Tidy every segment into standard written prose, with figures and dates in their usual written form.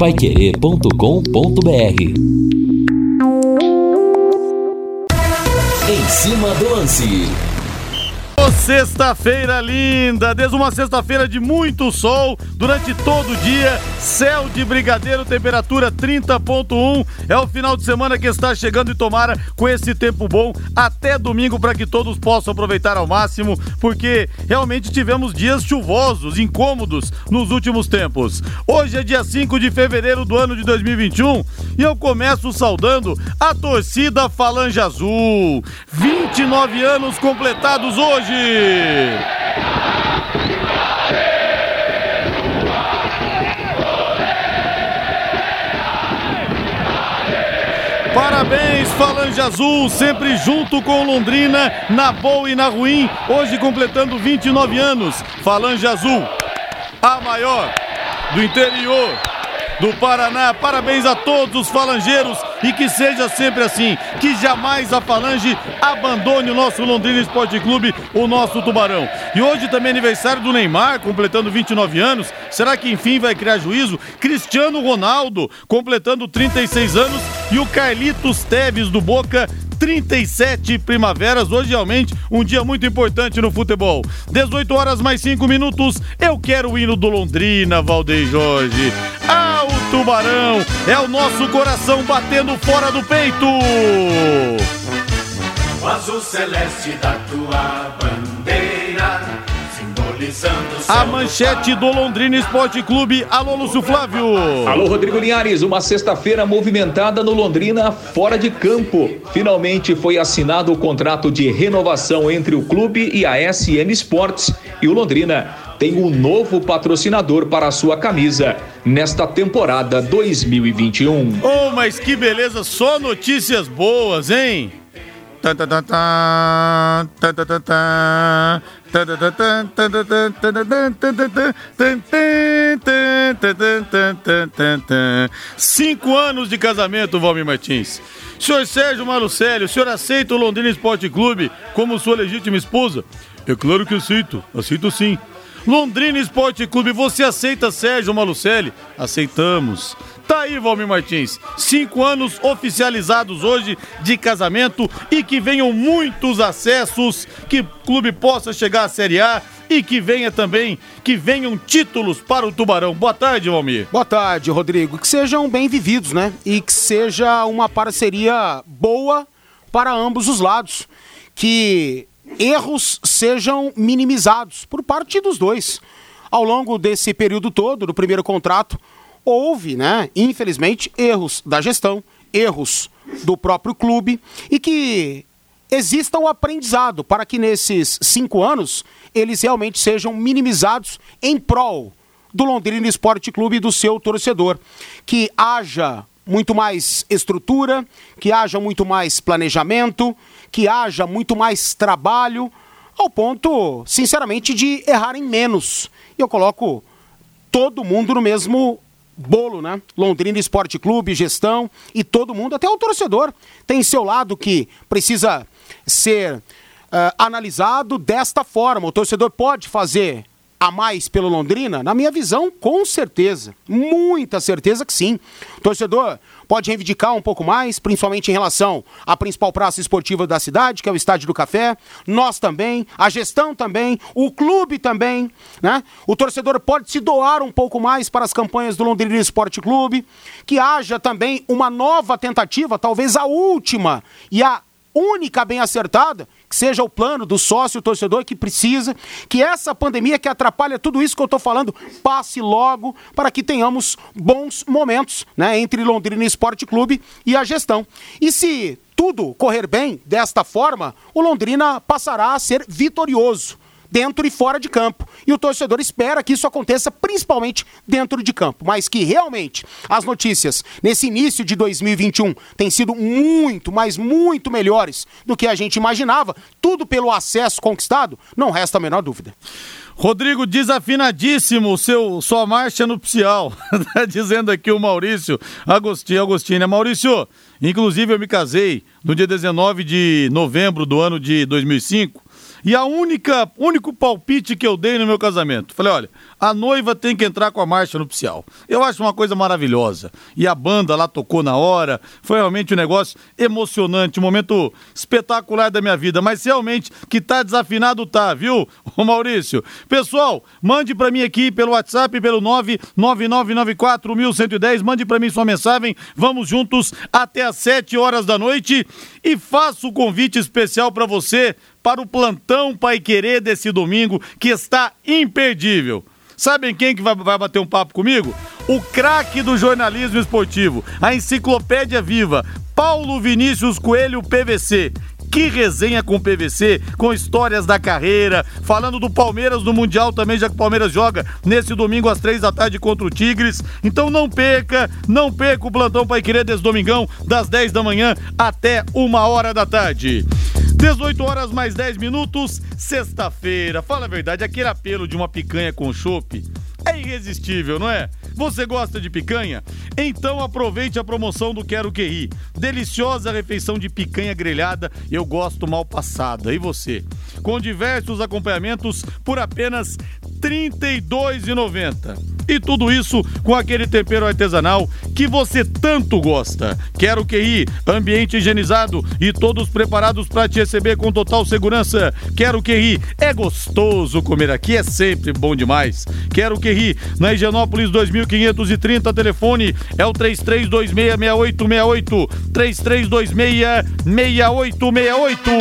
paiquerê.com.br. Em cima do lance. Sexta-feira linda, desde uma sexta-feira de muito sol, durante todo o dia, céu de brigadeiro, temperatura 30.1, é o final de semana que está chegando e tomara com esse tempo bom até domingo para que todos possam aproveitar ao máximo, porque realmente tivemos dias chuvosos, incômodos nos últimos tempos. Hoje é dia 5 de fevereiro do ano de 2021 e eu começo saudando a torcida Falange Azul, 29 anos completados hoje. Parabéns, Falange Azul, sempre junto com Londrina, na boa e na ruim, hoje completando 29 anos. Falange Azul, a maior do interior do Paraná. Parabéns a todos os falangeiros e que seja sempre assim, que jamais a Falange abandone o nosso Londrina Esporte Clube, o nosso Tubarão. E hoje também é aniversário do Neymar, completando 29 anos. Será que enfim vai criar juízo? Cristiano Ronaldo, completando 36 anos, e o Carlitos Teves do Boca, 37 primaveras. Hoje realmente um dia muito importante no futebol. 18 horas mais 5 minutos. Eu quero o hino do Londrina, Valdeir Jorge. Ah, o Tubarão é o nosso coração batendo fora do peito. O azul celeste da tua bandeira, a manchete do Londrina Esporte Clube. Alô, Lúcio Flávio. Alô, Rodrigo Linhares. Uma sexta-feira movimentada no Londrina fora de campo. Finalmente foi assinado o contrato de renovação entre o clube e a SM Sports, e o Londrina tem um novo patrocinador para a sua camisa nesta temporada 2021. Oh, mas que beleza, só notícias boas, hein? Cinco anos de casamento, Valmir Martins. Senhor Sérgio Malucelli, o senhor aceita o Londrina Esporte Clube como sua legítima esposa? É claro que aceito sim. Londrina Esporte Clube, você aceita, Sérgio Malucelli? Aceitamos. Tá aí, Valmir Martins, 5 anos oficializados hoje de casamento e que venham muitos acessos, que o clube possa chegar à Série A e que venham títulos para o Tubarão. Boa tarde, Valmir. Boa tarde, Rodrigo. Que sejam bem vividos, né? E que seja uma parceria boa para ambos os lados. Que erros sejam minimizados por parte dos dois. Ao longo desse período todo, do primeiro contrato, houve, né, infelizmente, erros da gestão, erros do próprio clube, e que exista um aprendizado para que nesses 5 anos eles realmente sejam minimizados em prol do Londrina Esporte Clube e do seu torcedor. Que haja muito mais estrutura, que haja muito mais planejamento, que haja muito mais trabalho, ao ponto, sinceramente, de errarem menos. E eu coloco todo mundo no mesmo bolo, né? Londrina Esporte Clube, gestão e todo mundo, até o torcedor, tem seu lado que precisa ser analisado desta forma. O torcedor pode fazer a mais pelo Londrina? Na minha visão, com certeza. Muita certeza que sim. O torcedor pode reivindicar um pouco mais, principalmente em relação à principal praça esportiva da cidade, que é o Estádio do Café. Nós também, a gestão também, o clube também, né? O torcedor pode se doar um pouco mais para as campanhas do Londrina Esporte Clube. Que haja também uma nova tentativa, talvez a última e a única bem acertada, que seja o plano do sócio torcedor que precisa, que essa pandemia que atrapalha tudo isso que eu estou falando passe logo para que tenhamos bons momentos, né, entre Londrina Esporte Clube e a gestão. E se tudo correr bem desta forma, o Londrina passará a ser vitorioso dentro e fora de campo. E o torcedor espera que isso aconteça principalmente dentro de campo. Mas que realmente as notícias nesse início de 2021 têm sido muito, mas muito melhores do que a gente imaginava, tudo pelo acesso conquistado, não resta a menor dúvida. Rodrigo, desafinadíssimo sua marcha nupcial. Tá dizendo aqui o Maurício Agostinho. Maurício, inclusive eu me casei no dia 19 de novembro do ano de 2005. E único palpite que eu dei no meu casamento, falei, olha, a noiva tem que entrar com a marcha nupcial. Eu acho uma coisa maravilhosa. E a banda lá tocou na hora, foi realmente um negócio emocionante, um momento espetacular da minha vida, mas realmente que tá desafinado tá, viu, ô Maurício? Pessoal, mande pra mim aqui pelo WhatsApp, pelo 99994-1110, mande pra mim sua mensagem, vamos juntos até às 7 horas da noite e faço o convite especial pra você para o plantão Paiquerê desse domingo, que está imperdível. Sabem quem que vai bater um papo comigo? O craque do jornalismo esportivo, a enciclopédia viva, Paulo Vinícius Coelho PVC. Que resenha com o PVC, com histórias da carreira, falando do Palmeiras no Mundial também, já que o Palmeiras joga nesse domingo às 3 da tarde contra o Tigres. Então não perca o plantão Paiquerê desse domingão, das 10 da manhã até 1h da tarde. 18 horas mais 10 minutos, sexta-feira. Fala a verdade, aquele apelo de uma picanha com chopp é irresistível, não é? Você gosta de picanha? Então aproveite a promoção do Quero Que Ri. Deliciosa refeição de picanha grelhada, eu gosto mal passada. E você? Com diversos acompanhamentos por apenas R$ 32,90. E tudo isso com aquele tempero artesanal que você tanto gosta. Quero Que Ri, ambiente higienizado e todos preparados para te receber com total segurança. Quero Que Ri, é gostoso comer aqui, é sempre bom demais. Quero Que Ri, na Higienópolis 2530, telefone é o 33266868, 33266868.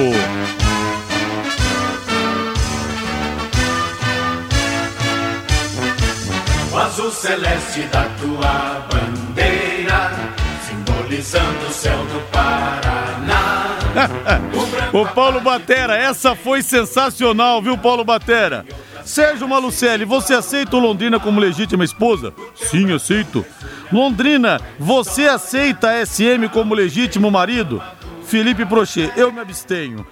O azul celeste da tua bandeira, simbolizando o céu do Paraná. O Paulo Batera, essa foi sensacional, viu, Paulo Batera? Sérgio Malucelli, você aceita o Londrina como legítima esposa? Sim, aceito. Londrina, você aceita a SM como legítimo marido? Felipe Prochet, eu me abstenho.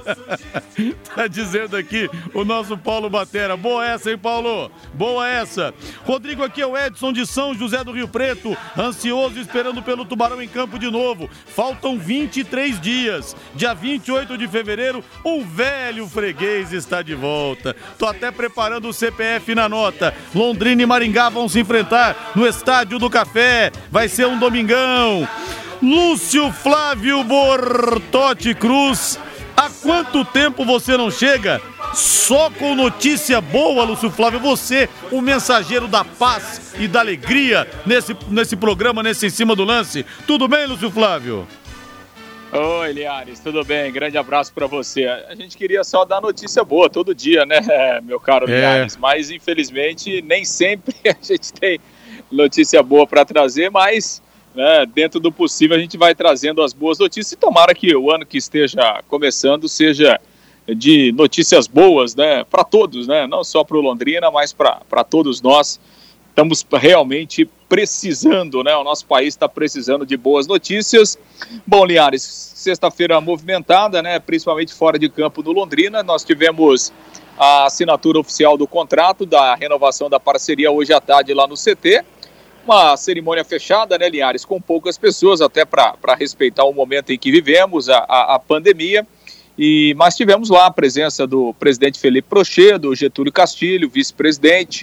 Tá dizendo aqui o nosso Paulo Batera. Boa essa, hein, Paulo? Boa essa. Rodrigo, aqui é o Edson de São José do Rio Preto, ansioso esperando pelo Tubarão em campo de novo. Faltam 23 dias. Dia 28 de fevereiro, um velho freguês está de volta. Tô até preparando o CPF na nota. Londrina e Maringá vão se enfrentar no Estádio do Café. Vai ser um domingão. Lúcio Flávio Bortotti Cruz, há quanto tempo você não chega só com notícia boa, Lúcio Flávio? Você, o mensageiro da paz e da alegria nesse programa, nesse Em Cima do Lance. Tudo bem, Lúcio Flávio? Oi, Linhares, tudo bem? Grande abraço pra você. A gente queria só dar notícia boa todo dia, né, meu caro Linhares? Mas, infelizmente, nem sempre a gente tem notícia boa pra trazer, mas... dentro do possível a gente vai trazendo as boas notícias e tomara que o ano que esteja começando seja de notícias boas, né, para todos, né, não só para o Londrina, mas para todos nós. Estamos realmente precisando, né, o nosso país está precisando de boas notícias. Bom, Linhares, sexta-feira movimentada, né, principalmente fora de campo do Londrina. Nós tivemos a assinatura oficial do contrato da renovação da parceria hoje à tarde lá no CT. Uma cerimônia fechada, né, Linhares, com poucas pessoas, até para respeitar o momento em que vivemos, a pandemia, mas tivemos lá a presença do presidente Felipe Prochet, do Getúlio Castilho, vice-presidente,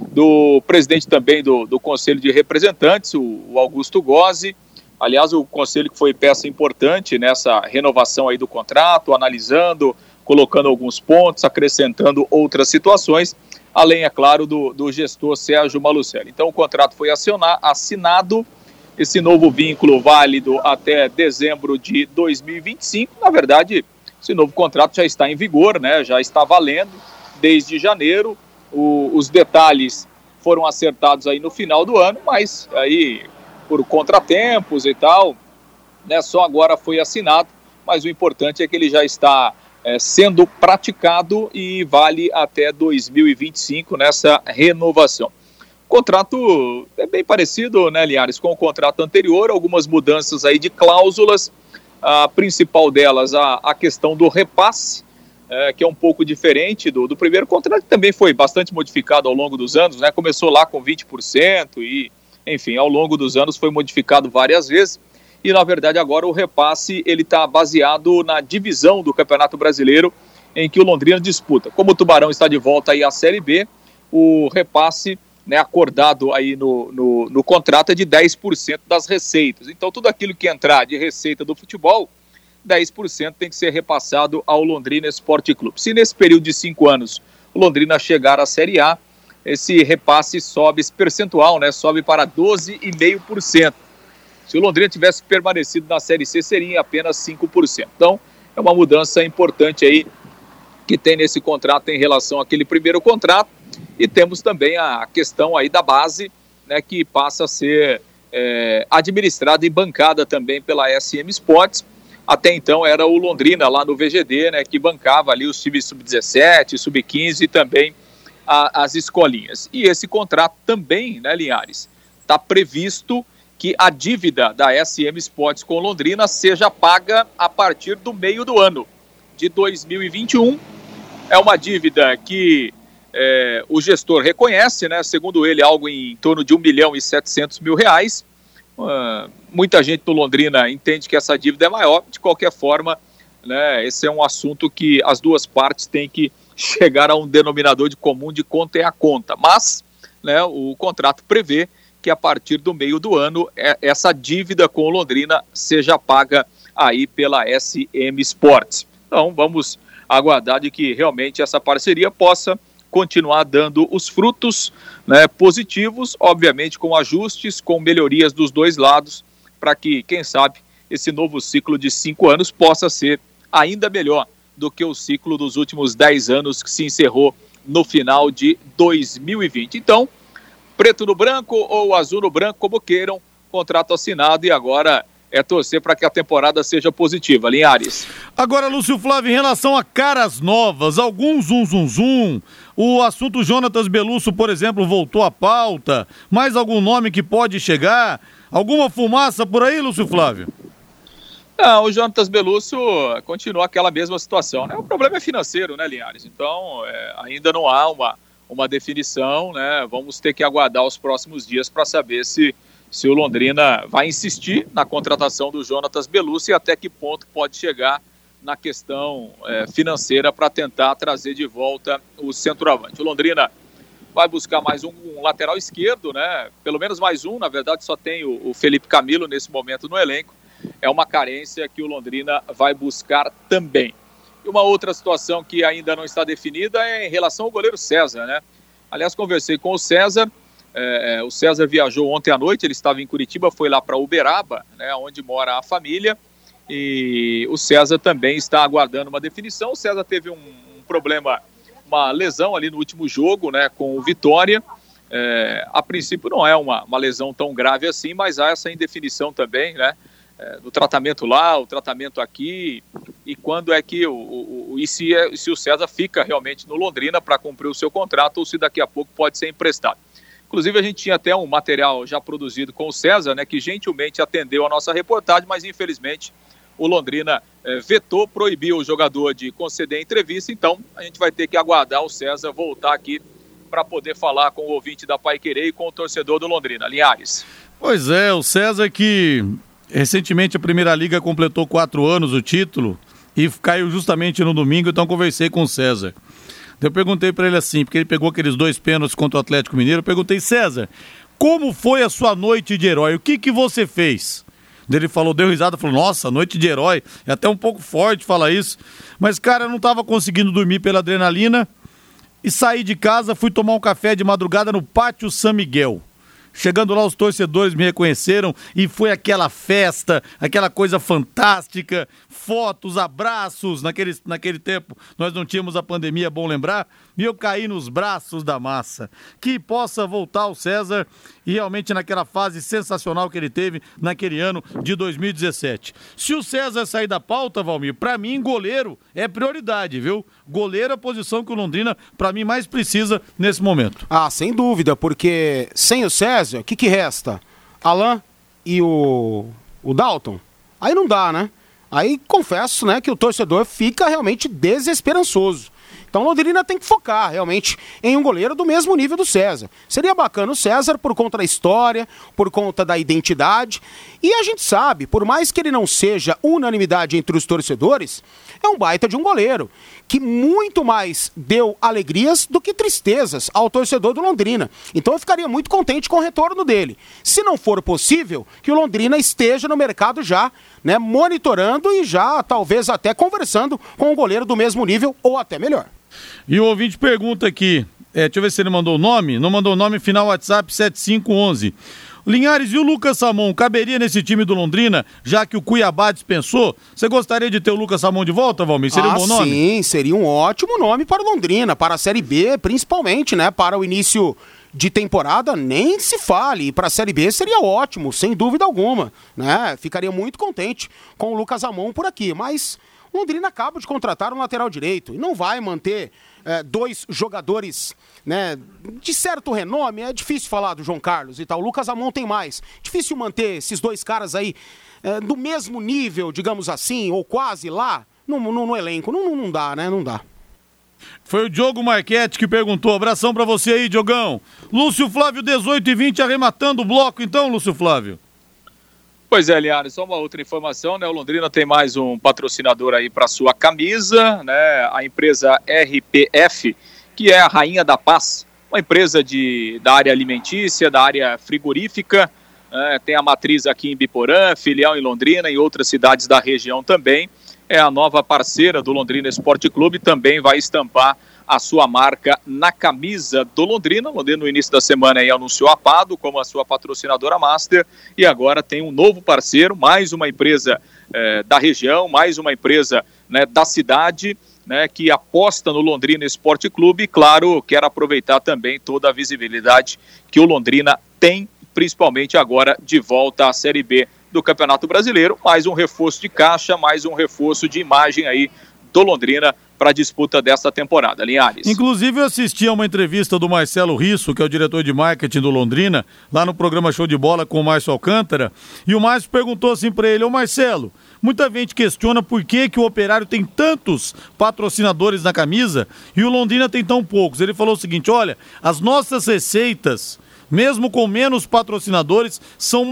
do presidente também do Conselho de Representantes, o Augusto Gozzi. Aliás, o conselho que foi peça importante nessa renovação aí do contrato, analisando, colocando alguns pontos, acrescentando outras situações, além, é claro, do gestor Sérgio Malucelli. Então o contrato foi assinado, esse novo vínculo válido até dezembro de 2025. Na verdade, esse novo contrato já está em vigor, né? Já está valendo desde janeiro. Os detalhes foram acertados aí no final do ano, mas aí por contratempos e tal, né? Só agora foi assinado, mas o importante é que ele já está sendo praticado e vale até 2025 nessa renovação. O contrato é bem parecido, né, Linhares, com o contrato anterior, algumas mudanças aí de cláusulas, a principal delas a questão do repasse, que é um pouco diferente do primeiro contrato, que também foi bastante modificado ao longo dos anos, né, começou lá com 20% e, enfim, ao longo dos anos foi modificado várias vezes. E, na verdade, agora o repasse ele está baseado na divisão do Campeonato Brasileiro em que o Londrina disputa. Como o Tubarão está de volta aí à Série B, o repasse, né, acordado aí no contrato é de 10% das receitas. Então tudo aquilo que entrar de receita do futebol, 10% tem que ser repassado ao Londrina Esporte Clube. Se nesse período de 5 anos o Londrina chegar à Série A, esse repasse sobe, esse percentual, né, sobe para 12,5%. Se o Londrina tivesse permanecido na Série C, seria apenas 5%. Então, é uma mudança importante aí que tem nesse contrato em relação àquele primeiro contrato. E temos também a questão aí da base, né, que passa a ser administrada e bancada também pela SM Sports. Até então era o Londrina lá no VGD, né, que bancava ali os times sub-17, sub-15 e também as escolinhas. E esse contrato também, né, Linhares, está previsto que a dívida da SM Sports com Londrina seja paga a partir do meio do ano de 2021. É uma dívida que o gestor reconhece, né, segundo ele, algo em torno de R$1.700.000. Muita gente no Londrina entende que essa dívida é maior. De qualquer forma, né, esse é um assunto que as duas partes têm que chegar a um denominador de comum de conta é a conta. Mas, né, o contrato prevê que a partir do meio do ano essa dívida com o Londrina seja paga aí pela SM Sports. Então vamos aguardar de que realmente essa parceria possa continuar dando os frutos, né, positivos, obviamente com ajustes, com melhorias dos dois lados, para que, quem sabe, esse novo ciclo de 5 anos possa ser ainda melhor do que o ciclo dos últimos 10 anos que se encerrou no final de 2020. Então, preto no branco ou azul no branco, como queiram, contrato assinado e agora é torcer para que a temporada seja positiva. Linhares. Agora, Lúcio Flávio, em relação a caras novas, algum zum. O assunto Jonatas Belusso, por exemplo, voltou à pauta. Mais algum nome que pode chegar? Alguma fumaça por aí, Lúcio Flávio? Não, o Jonatas Belusso continua aquela mesma situação, né? O problema é financeiro, né, Linhares? Então, ainda não há uma definição, né? Vamos ter que aguardar os próximos dias para saber se o Londrina vai insistir na contratação do Jonatas Belusso e até que ponto pode chegar na questão financeira para tentar trazer de volta o centroavante. O Londrina vai buscar mais um lateral esquerdo, né? Pelo menos mais um, na verdade só tem o Felipe Camilo nesse momento no elenco. É uma carência que o Londrina vai buscar também. E uma outra situação que ainda não está definida é em relação ao goleiro César, né? Aliás, conversei com o César. O César viajou ontem à noite, ele estava em Curitiba, foi lá para Uberaba, né, onde mora a família, e o César também está aguardando uma definição. O César teve um problema, uma lesão ali no último jogo, né, com o Vitória. A princípio não é uma lesão tão grave assim, mas há essa indefinição também, né, do tratamento lá, o tratamento aqui, e quando é que se o César fica realmente no Londrina para cumprir o seu contrato ou se daqui a pouco pode ser emprestado. Inclusive, a gente tinha até um material já produzido com o César, né, que gentilmente atendeu a nossa reportagem, mas infelizmente o Londrina vetou, proibiu o jogador de conceder entrevista, então a gente vai ter que aguardar o César voltar aqui para poder falar com o ouvinte da Paiquerê e com o torcedor do Londrina. Linhares. Pois é, o César que recentemente a Primeira Liga completou 4 anos o título e caiu justamente no domingo, então conversei com o César. Eu perguntei para ele assim, porque ele pegou aqueles 2 pênaltis contra o Atlético Mineiro, eu perguntei, César, como foi a sua noite de herói? O que você fez? Ele falou, deu risada, falou, nossa, noite de herói, é até um pouco forte falar isso, mas cara, eu não estava conseguindo dormir pela adrenalina e saí de casa, fui tomar um café de madrugada no Pátio São Miguel. Chegando lá, os torcedores me reconheceram e foi aquela festa, aquela coisa fantástica, fotos, abraços. Naquele tempo nós não tínhamos a pandemia, é bom lembrar, e eu caí nos braços da massa. Que possa voltar o César e realmente naquela fase sensacional que ele teve naquele ano de 2017. Se o César sair da pauta, Valmir, pra mim goleiro é prioridade, viu? Goleiro é a posição que o Londrina, pra mim, mais precisa nesse momento. Ah, sem dúvida, porque sem o César, o que resta? Alan e o Dalton? Aí não dá, né? Aí confesso, né, que o torcedor fica realmente desesperançoso. Então Londrina tem que focar realmente em um goleiro do mesmo nível do César. Seria bacana o César por conta da história, por conta da identidade. E a gente sabe, por mais que ele não seja unanimidade entre os torcedores, é um baita de um goleiro, que muito mais deu alegrias do que tristezas ao torcedor do Londrina. Então eu ficaria muito contente com o retorno dele. Se não for possível, que o Londrina esteja no mercado já, né, monitorando e já talvez até conversando com um goleiro do mesmo nível ou até melhor. E o ouvinte pergunta aqui, deixa eu ver se ele mandou o nome. Não mandou o nome, final WhatsApp 7511. Linhares, e o Lucas Samon caberia nesse time do Londrina, já que o Cuiabá dispensou? Você gostaria de ter o Lucas Samon de volta, Valmir? Seria um bom nome? Sim, seria um ótimo nome para o Londrina, para a Série B, principalmente, né? Para o início de temporada, nem se fale. E para a Série B seria ótimo, sem dúvida alguma, né? Ficaria muito contente com o Lucas Samon por aqui, mas o Londrina acaba de contratar um lateral direito e não vai manter dois jogadores, né, de certo renome. É difícil falar do João Carlos e tal. O Lucas Samon tem mais. Difícil manter esses dois caras aí do mesmo nível, digamos assim, ou quase lá, no elenco. Não dá, né? Não dá. Foi o Diogo Marchetti que perguntou. Abração pra você aí, Diogão. Lúcio Flávio, 18h20, arrematando o bloco então, Lúcio Flávio. Pois é, Linhares, só uma outra informação, né? O Londrina tem mais um patrocinador aí para sua camisa, né? A empresa RPF, que é a Rainha da Paz, uma empresa da área alimentícia, da área frigorífica, tem a matriz aqui em Biporã, filial em Londrina e outras cidades da região também. É a nova parceira do Londrina Esporte Clube, também vai estampar a sua marca na camisa do Londrina. O Londrina no início da semana aí anunciou a Pado como a sua patrocinadora master e agora tem um novo parceiro, mais uma empresa da região, mais uma empresa, né, da cidade, né, que aposta no Londrina Esporte Clube e, claro, quer aproveitar também toda a visibilidade que o Londrina tem, principalmente agora de volta à Série B do Campeonato Brasileiro. Mais um reforço de caixa, mais um reforço de imagem aí do Londrina para a disputa dessa temporada, Linhares. Inclusive eu assisti a uma entrevista do Marcelo Risso, que é o diretor de marketing do Londrina, lá no programa Show de Bola com o Márcio Alcântara, e o Márcio perguntou assim para ele: ô Marcelo, muita gente questiona por que o Operário tem tantos patrocinadores na camisa e o Londrina tem tão poucos. Ele falou o seguinte: olha, as nossas receitas, mesmo com menos patrocinadores, são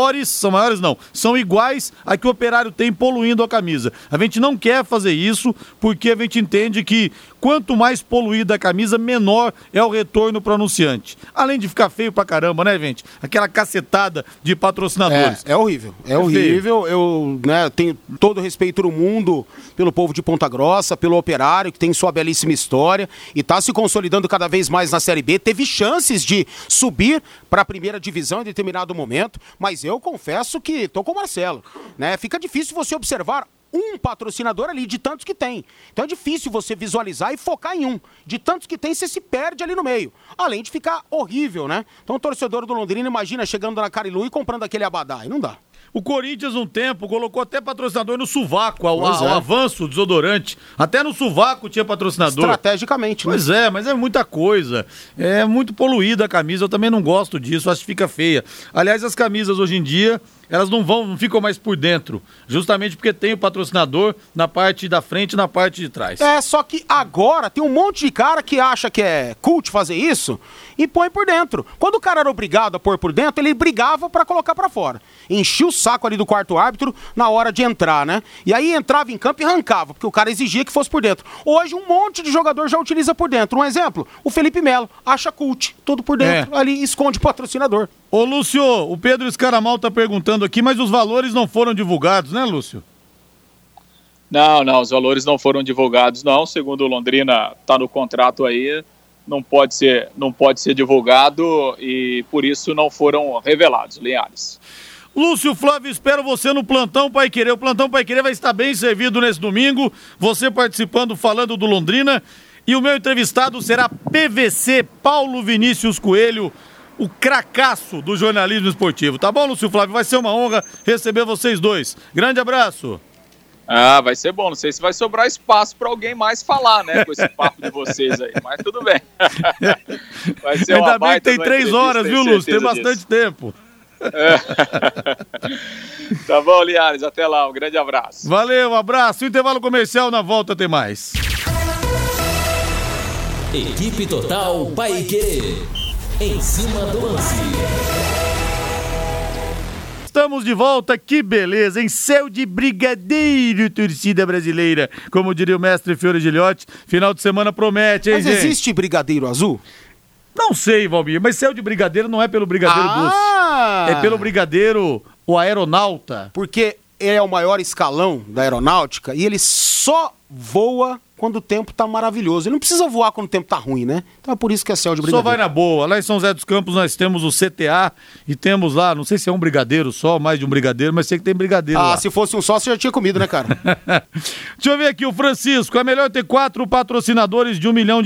iguais a que o Operário tem poluindo a camisa. A gente não quer fazer isso porque a gente entende que quanto mais poluída a camisa, menor é o retorno para o anunciante. Além de ficar feio pra caramba, né, gente? Aquela cacetada de patrocinadores. É horrível. É horrível. Feio. Eu, né, tenho todo o respeito do mundo pelo povo de Ponta Grossa, pelo Operário, que tem sua belíssima história e está se consolidando cada vez mais na Série B. Teve chances de subir para a primeira divisão em determinado momento, mas eu confesso que estou com o Marcelo, né? Fica difícil você observar um patrocinador ali de tantos que tem. Então é difícil você visualizar e focar em um. De tantos que tem, você se perde ali no meio. Além de ficar horrível, né? Então o torcedor do Londrina imagina chegando na Carilu e comprando aquele abadá. E não dá. O Corinthians, um tempo, colocou até patrocinador no sovaco, ao Avanço, desodorante. Até no sovaco tinha patrocinador. Estrategicamente, né? Pois é, mas é muita coisa. É muito poluída a camisa, eu também não gosto disso, acho que fica feia. Aliás, as camisas hoje em dia, elas não ficam mais por dentro, justamente porque tem o patrocinador na parte da frente e na parte de trás. Só que agora tem um monte de cara que acha que é cult fazer isso e põe por dentro. Quando o cara era obrigado a pôr por dentro, ele brigava pra colocar pra fora. Enchia o saco ali do quarto árbitro na hora de entrar, né? E aí entrava em campo e arrancava, porque o cara exigia que fosse por dentro. Hoje um monte de jogador já utiliza por dentro. Um exemplo, o Felipe Melo, acha cult, tudo por dentro, ali esconde o patrocinador. Ô Lúcio, o Pedro Escaramal tá perguntando aqui, mas os valores não foram divulgados, né, Lúcio? Não, os valores não foram divulgados, não. Segundo o Londrina, tá no contrato aí, não pode ser divulgado e por isso não foram revelados, Linhares. Lúcio Flávio, espero você no Plantão Paiquerê. O Plantão Paiquerê vai estar bem servido nesse domingo, você participando, falando do Londrina, e o meu entrevistado será PVC Paulo Vinícius Coelho, o cracaço do jornalismo esportivo. Tá bom, Lúcio Flávio? Vai ser uma honra receber vocês dois. Grande abraço. Vai ser bom. Não sei se vai sobrar espaço para alguém mais falar, né, com esse papo de vocês aí, mas tudo bem. Vai ser ainda bem que tem 3 horas, viu, Lúcio? Tem bastante tempo. Tá bom, Linhares, até lá, um grande abraço. Valeu, um abraço. Intervalo comercial, na volta tem mais. Equipe Total Paiquerê. Em cima do lance. Estamos de volta, que beleza, em céu de brigadeiro, torcida brasileira. Como diria o mestre Fiore Gilhote, final de semana promete, hein, Mas gente? existe brigadeiro azul? Não sei, Valmir, mas céu de brigadeiro não é pelo brigadeiro doce. É pelo brigadeiro, o aeronauta. Porque ele é o maior escalão da aeronáutica e ele só voa quando o tempo tá maravilhoso. Ele não precisa voar quando o tempo tá ruim, né? Então é por isso que é céu de brigadeiro. Só vai na boa. Lá em São José dos Campos nós temos o CTA e temos lá, não sei se é um brigadeiro só, mais de um brigadeiro, mas sei que tem brigadeiro lá. Se fosse um só, você já tinha comido, né, cara? Deixa eu ver aqui, o Francisco. É melhor ter 4 patrocinadores de R$1 milhão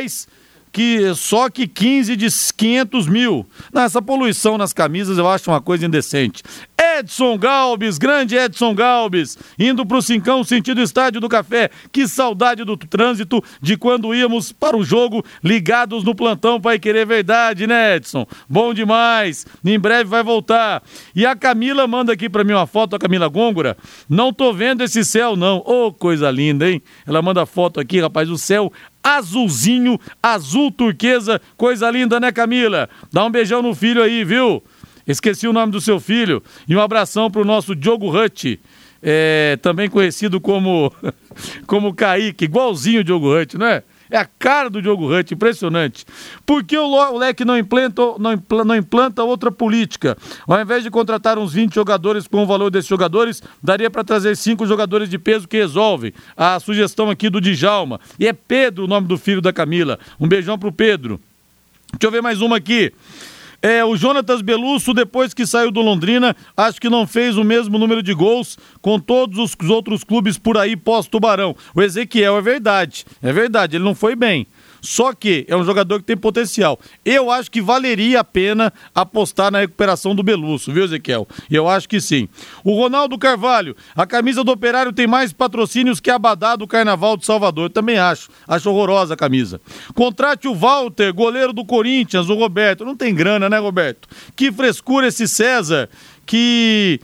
só que 15 de 500 mil. Essa poluição nas camisas eu acho uma coisa indecente. Edson Galbis, grande Edson Galbis, indo pro Cincão, sentido Estádio do Café. Que saudade do trânsito de quando íamos para o jogo ligados no plantão Paiquerê. Verdade, né, Edson? Bom demais. Em breve vai voltar. E a Camila manda aqui pra mim uma foto, a Camila Gôngora. Não tô vendo esse céu, não. Ô, coisa linda, hein? Ela manda foto aqui, rapaz, o céu azulzinho, azul turquesa, coisa linda, né, Camila? Dá um beijão no filho aí, viu? Esqueci o nome do seu filho. E um abração pro nosso Diogo Hutt, também conhecido como Kaique, igualzinho o Diogo Hutt, não é? É a cara do Diogo Hutt, impressionante. Por que o Leque não implanta outra política? Ao invés de contratar uns 20 jogadores com o valor desses jogadores, daria para trazer 5 jogadores de peso que resolvem. A sugestão aqui do Djalma. E é Pedro o nome do filho da Camila. Um beijão pro Pedro. Deixa eu ver mais uma aqui. O Jonatas Belusso, depois que saiu do Londrina, acho que não fez o mesmo número de gols com todos os outros clubes por aí pós-Tubarão. O Ezequiel é verdade, ele não foi bem. Só que é um jogador que tem potencial. Eu acho que valeria a pena apostar na recuperação do Belusso, viu, Ezequiel? Eu acho que sim. O Ronaldo Carvalho, a camisa do Operário tem mais patrocínios que a Abadá do Carnaval de Salvador. Também acho horrorosa a camisa. Contrate o Walter, goleiro do Corinthians, o Roberto. Não tem grana, né, Roberto? Que frescura esse César, que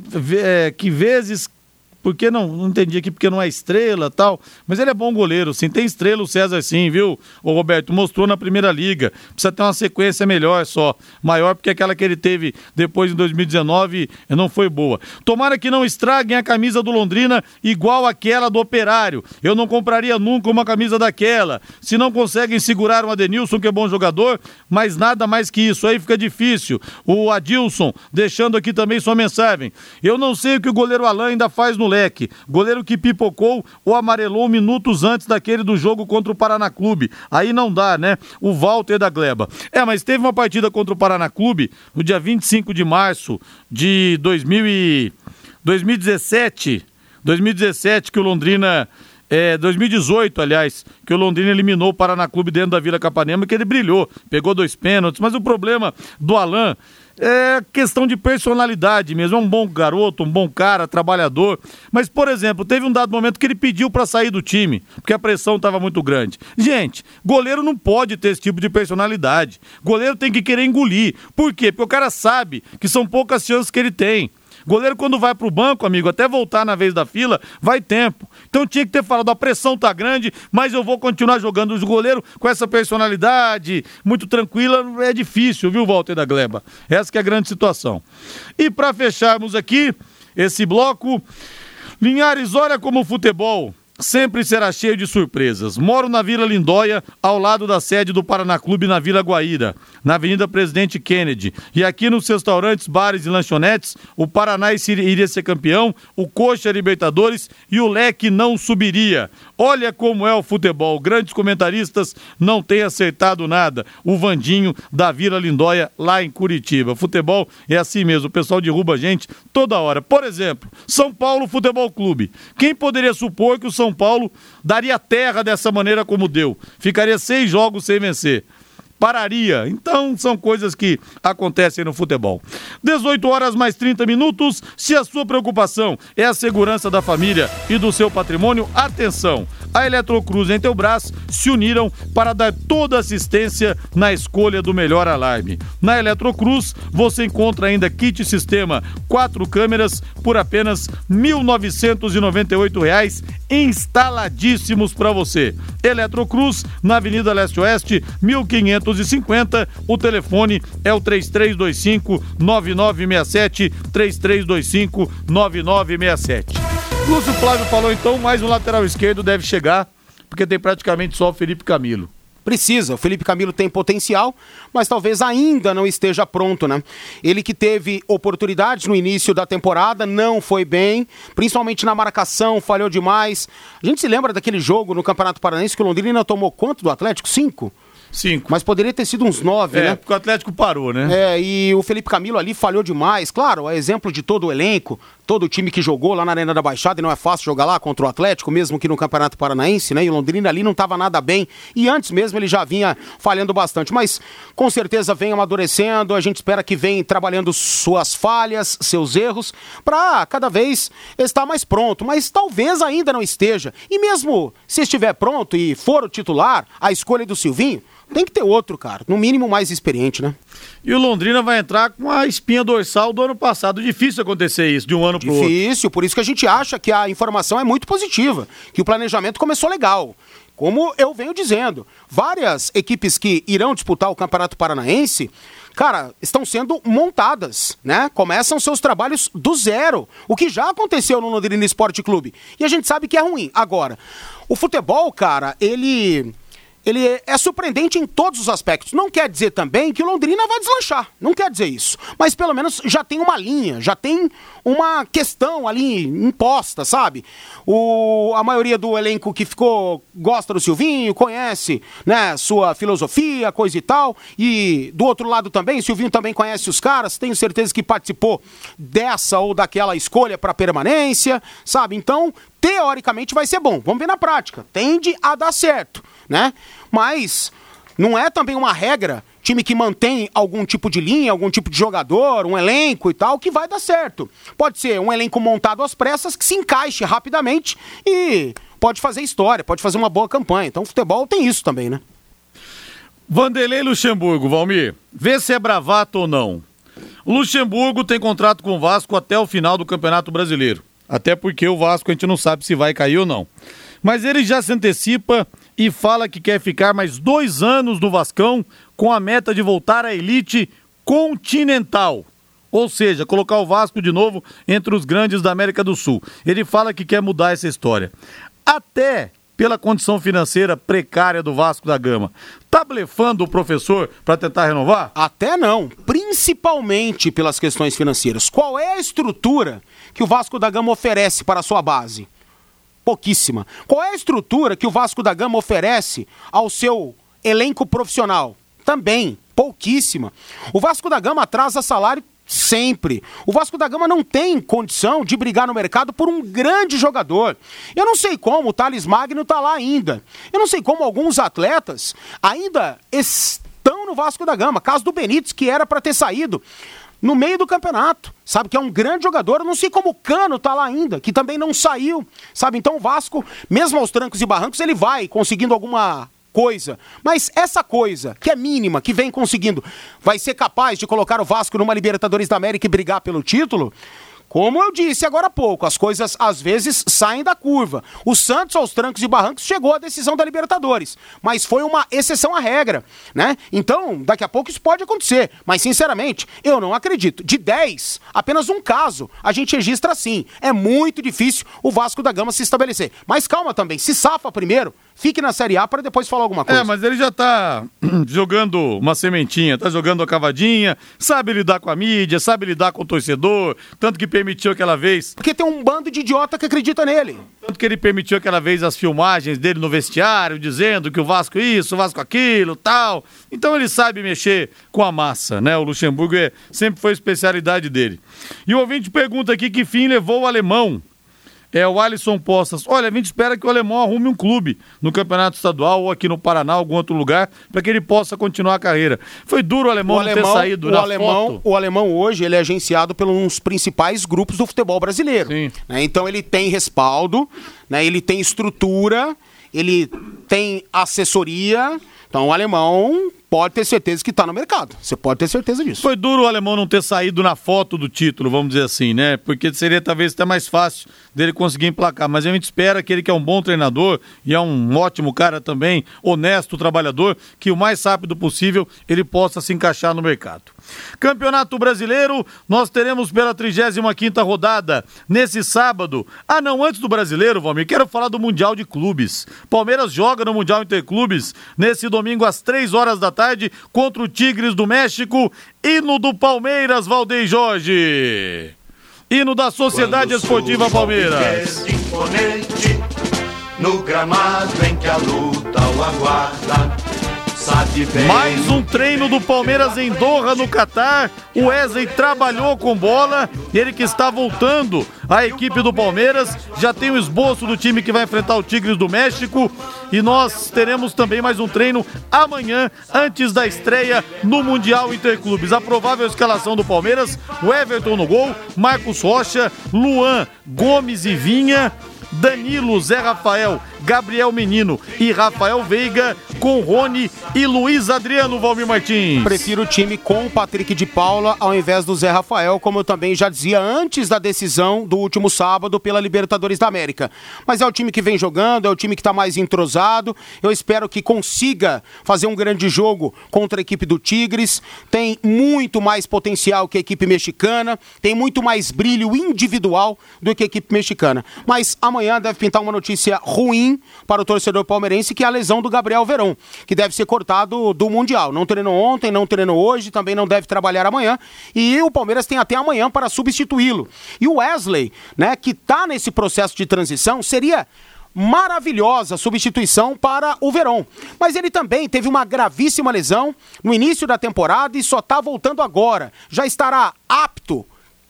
vezes... Porque não entendi aqui, porque não é estrela e tal, mas ele é bom goleiro, sim, tem estrela o César sim, viu, o Roberto, mostrou na Primeira Liga, precisa ter uma sequência melhor só, maior porque aquela que ele teve depois em 2019 não foi boa. Tomara que não estraguem a camisa do Londrina igual aquela do Operário, eu não compraria nunca uma camisa daquela, se não conseguem segurar o Adenilson, que é bom jogador, mas nada mais que isso, aí fica difícil. O Adilson, deixando aqui também sua mensagem, eu não sei o que o goleiro Alain ainda faz no Leque, goleiro que pipocou ou amarelou minutos antes daquele do jogo contra o Paraná Clube. Aí não dá, né? O Walter da Gleba. Mas teve uma partida contra o Paraná Clube no dia 25 de março de 2017, que o Londrina... 2018, aliás, que o Londrina eliminou o Paraná Clube dentro da Vila Capanema, que ele brilhou, pegou 2 pênaltis, mas o problema do Alain é questão de personalidade mesmo, é um bom garoto, um bom cara, trabalhador, mas, por exemplo, teve um dado momento que ele pediu para sair do time, porque a pressão estava muito grande. Gente, goleiro não pode ter esse tipo de personalidade, goleiro tem que querer engolir, por quê? Porque o cara sabe que são poucas chances que ele tem. Goleiro quando vai pro banco, amigo, até voltar na vez da fila, vai tempo. Então tinha que ter falado, a pressão tá grande, mas eu vou continuar jogando. O goleiro com essa personalidade, muito tranquila, é difícil, viu, Walter da Gleba? Essa que é a grande situação. E para fecharmos aqui esse bloco, Linhares, olha como o futebol sempre será cheio de surpresas. Moro na Vila Lindóia, ao lado da sede do Paraná Clube, na Vila Guaíra, na Avenida Presidente Kennedy. E aqui nos restaurantes, bares e lanchonetes, o Paraná iria ser campeão, o Coxa Libertadores e o Leque não subiria. Olha como é o futebol. Grandes comentaristas não têm acertado nada. O Vandinho da Vila Lindóia, lá em Curitiba. Futebol é assim mesmo. O pessoal derruba a gente toda hora. Por exemplo, São Paulo Futebol Clube. Quem poderia supor que o São Paulo daria terra dessa maneira como deu? Ficaria 6 jogos sem vencer. Pararia. Então, são coisas que acontecem no futebol. 18 horas mais 30 minutos. Se a sua preocupação é a segurança da família e do seu patrimônio, atenção! a Eletrocruz e a Intelbras se uniram para dar toda a assistência na escolha do melhor alarme. Na Eletrocruz, você encontra ainda kit sistema 4 câmeras por apenas R$ 1.998 instaladíssimos para você. Eletrocruz, na Avenida Leste-Oeste, 1550. O telefone é o 3325-9967, 3325-9967. Lúcio Flávio falou então, mais um lateral esquerdo deve chegar, porque tem praticamente só o Felipe Camilo. Precisa, o Felipe Camilo tem potencial, mas talvez ainda não esteja pronto, né? Ele que teve oportunidades no início da temporada, não foi bem, principalmente na marcação, falhou demais. A gente se lembra daquele jogo no Campeonato Paranaense que o Londrina tomou quanto do Atlético? 5? 5. Mas poderia ter sido uns 9, né? Porque o Atlético parou, né? E o Felipe Camilo ali falhou demais. Claro, é exemplo de todo o elenco, todo o time que jogou lá na Arena da Baixada, e não é fácil jogar lá contra o Atlético, mesmo que no Campeonato Paranaense, né? E o Londrina ali não estava nada bem. E antes mesmo ele já vinha falhando bastante. Mas com certeza vem amadurecendo, a gente espera que venha trabalhando suas falhas, seus erros, para cada vez estar mais pronto. Mas talvez ainda não esteja. E mesmo se estiver pronto e for o titular, a escolha do Silvinho, tem que ter outro, cara. No mínimo mais experiente, né? E o Londrina vai entrar com a espinha dorsal do ano passado. Difícil acontecer isso, de um ano para o outro. Difícil, por isso que a gente acha que a informação é muito positiva, que o planejamento começou legal. Como eu venho dizendo, várias equipes que irão disputar o Campeonato Paranaense, cara, estão sendo montadas, né? Começam seus trabalhos do zero, o que já aconteceu no Londrina Esporte Clube. E a gente sabe que é ruim. Agora, o futebol, cara, ele é surpreendente em todos os aspectos. Não quer dizer também que o Londrina vai deslanchar. Não quer dizer isso. Mas pelo menos já tem uma linha, já tem uma questão ali imposta, sabe? A maioria do elenco que ficou gosta do Silvinho, conhece, né, sua filosofia, coisa e tal. E do outro lado também, o Silvinho também conhece os caras. Tenho certeza que participou dessa ou daquela escolha para permanência, sabe? Então, teoricamente vai ser bom. Vamos ver na prática. Tende a dar certo, né? Mas não é também uma regra, time que mantém algum tipo de linha, algum tipo de jogador, um elenco e tal, que vai dar certo. Pode ser um elenco montado às pressas que se encaixe rapidamente e pode fazer história, pode fazer uma boa campanha. Então o futebol tem isso também, né? Vanderlei Luxemburgo, Valmir, vê se é bravata ou não. O Luxemburgo tem contrato com o Vasco até o final do Campeonato Brasileiro. Até porque o Vasco a gente não sabe se vai cair ou não. Mas ele já se antecipa e fala que quer ficar mais 2 anos no Vascão com a meta de voltar à elite continental. Ou seja, colocar o Vasco de novo entre os grandes da América do Sul. Ele fala que quer mudar essa história. Até pela condição financeira precária do Vasco da Gama. Tá blefando o professor para tentar renovar? Até não, principalmente pelas questões financeiras. Qual é a estrutura que o Vasco da Gama oferece para a sua base? Pouquíssima. Qual é a estrutura que o Vasco da Gama oferece ao seu elenco profissional? Também, pouquíssima. O Vasco da Gama atrasa salário sempre. O Vasco da Gama não tem condição de brigar no mercado por um grande jogador. Eu não sei como o Thales Magno está lá ainda. Eu não sei como alguns atletas ainda estão no Vasco da Gama. Caso do Benítez, que era para ter saído no meio do campeonato, sabe, que é um grande jogador. Eu não sei como o Cano tá lá ainda, que também não saiu, sabe, então o Vasco, mesmo aos trancos e barrancos, ele vai conseguindo alguma coisa, mas essa coisa, que é mínima, que vem conseguindo, vai ser capaz de colocar o Vasco numa Libertadores da América e brigar pelo título? Como eu disse agora há pouco, as coisas às vezes saem da curva. O Santos, aos trancos e barrancos, chegou à decisão da Libertadores, mas foi uma exceção à regra, né? Então, daqui a pouco isso pode acontecer, mas sinceramente, eu não acredito. De 10, apenas um caso a gente registra assim. É muito difícil o Vasco da Gama se estabelecer. Mas calma também, se safa primeiro, fique na Série A para depois falar alguma coisa. Mas ele já tá jogando uma sementinha, tá jogando a cavadinha, sabe lidar com a mídia, sabe lidar com o torcedor, tanto que permitiu aquela vez... Porque tem um bando de idiota que acredita nele. Tanto que ele permitiu aquela vez as filmagens dele no vestiário, dizendo que o Vasco isso, o Vasco aquilo, tal. Então ele sabe mexer com a massa, né? O Luxemburgo sempre foi a especialidade dele. E o ouvinte pergunta aqui que fim levou o alemão. É o Alisson Postas. Olha, a gente espera que o alemão arrume um clube no Campeonato Estadual ou aqui no Paraná, algum outro lugar, para que ele possa continuar a carreira. Foi duro o alemão não ter saído na foto. O alemão hoje ele é agenciado pelos principais grupos do futebol brasileiro. Sim. Né? Então ele tem respaldo, né? Ele tem estrutura ele tem assessoria, então o alemão pode ter certeza que está no mercado. Você pode ter certeza disso. Foi duro o alemão não ter saído na foto do título, vamos dizer assim, né? Porque seria talvez até mais fácil dele conseguir emplacar. Mas a gente espera que ele, que é um bom treinador e é um ótimo cara também, honesto, trabalhador, que o mais rápido possível ele possa se encaixar no mercado. Campeonato Brasileiro, nós teremos pela 35ª rodada, nesse sábado. Antes do Brasileiro, Valmir, quero falar do Mundial de Clubes. Palmeiras joga no Mundial Interclubes, nesse domingo às 3h da tarde, contra o Tigres do México. Hino do Palmeiras, Valdeir Jorge. Hino da Sociedade Esportiva Palmeiras. No gramado em que a luta o aguarda. Mais um treino do Palmeiras em Doha, no Catar. O Wesley trabalhou com bola. Ele que está voltando à equipe do Palmeiras. Já tem o esboço do time que vai enfrentar o Tigres do México. E nós teremos também mais um treino amanhã, antes da estreia no Mundial Interclubes. A provável escalação do Palmeiras: o Everton no gol, Marcos Rocha, Luan, Gomes e Vinha, Danilo, Zé Rafael, Gabriel Menino e Rafael Veiga, com Rony e Luiz Adriano. Valmir Martins. Prefiro o time com o Patrick de Paula ao invés do Zé Rafael, como eu também já dizia antes da decisão do último sábado pela Libertadores da América. Mas é o time que vem jogando, é o time que está mais entrosado. Eu espero que consiga fazer um grande jogo contra a equipe do Tigres. Tem muito mais potencial que a equipe mexicana, tem muito mais brilho individual do que a equipe mexicana. Mas amanhã deve pintar uma notícia ruim para o torcedor palmeirense, que é a lesão do Gabriel Verón, que deve ser cortado do Mundial. Não treinou ontem, não treinou hoje, também não deve trabalhar amanhã, e o Palmeiras tem até amanhã para substituí-lo. E o Wesley, né, que está nesse processo de transição, seria maravilhosa substituição para o Verón. Mas ele também teve uma gravíssima lesão no início da temporada e só está voltando agora. Já estará apto,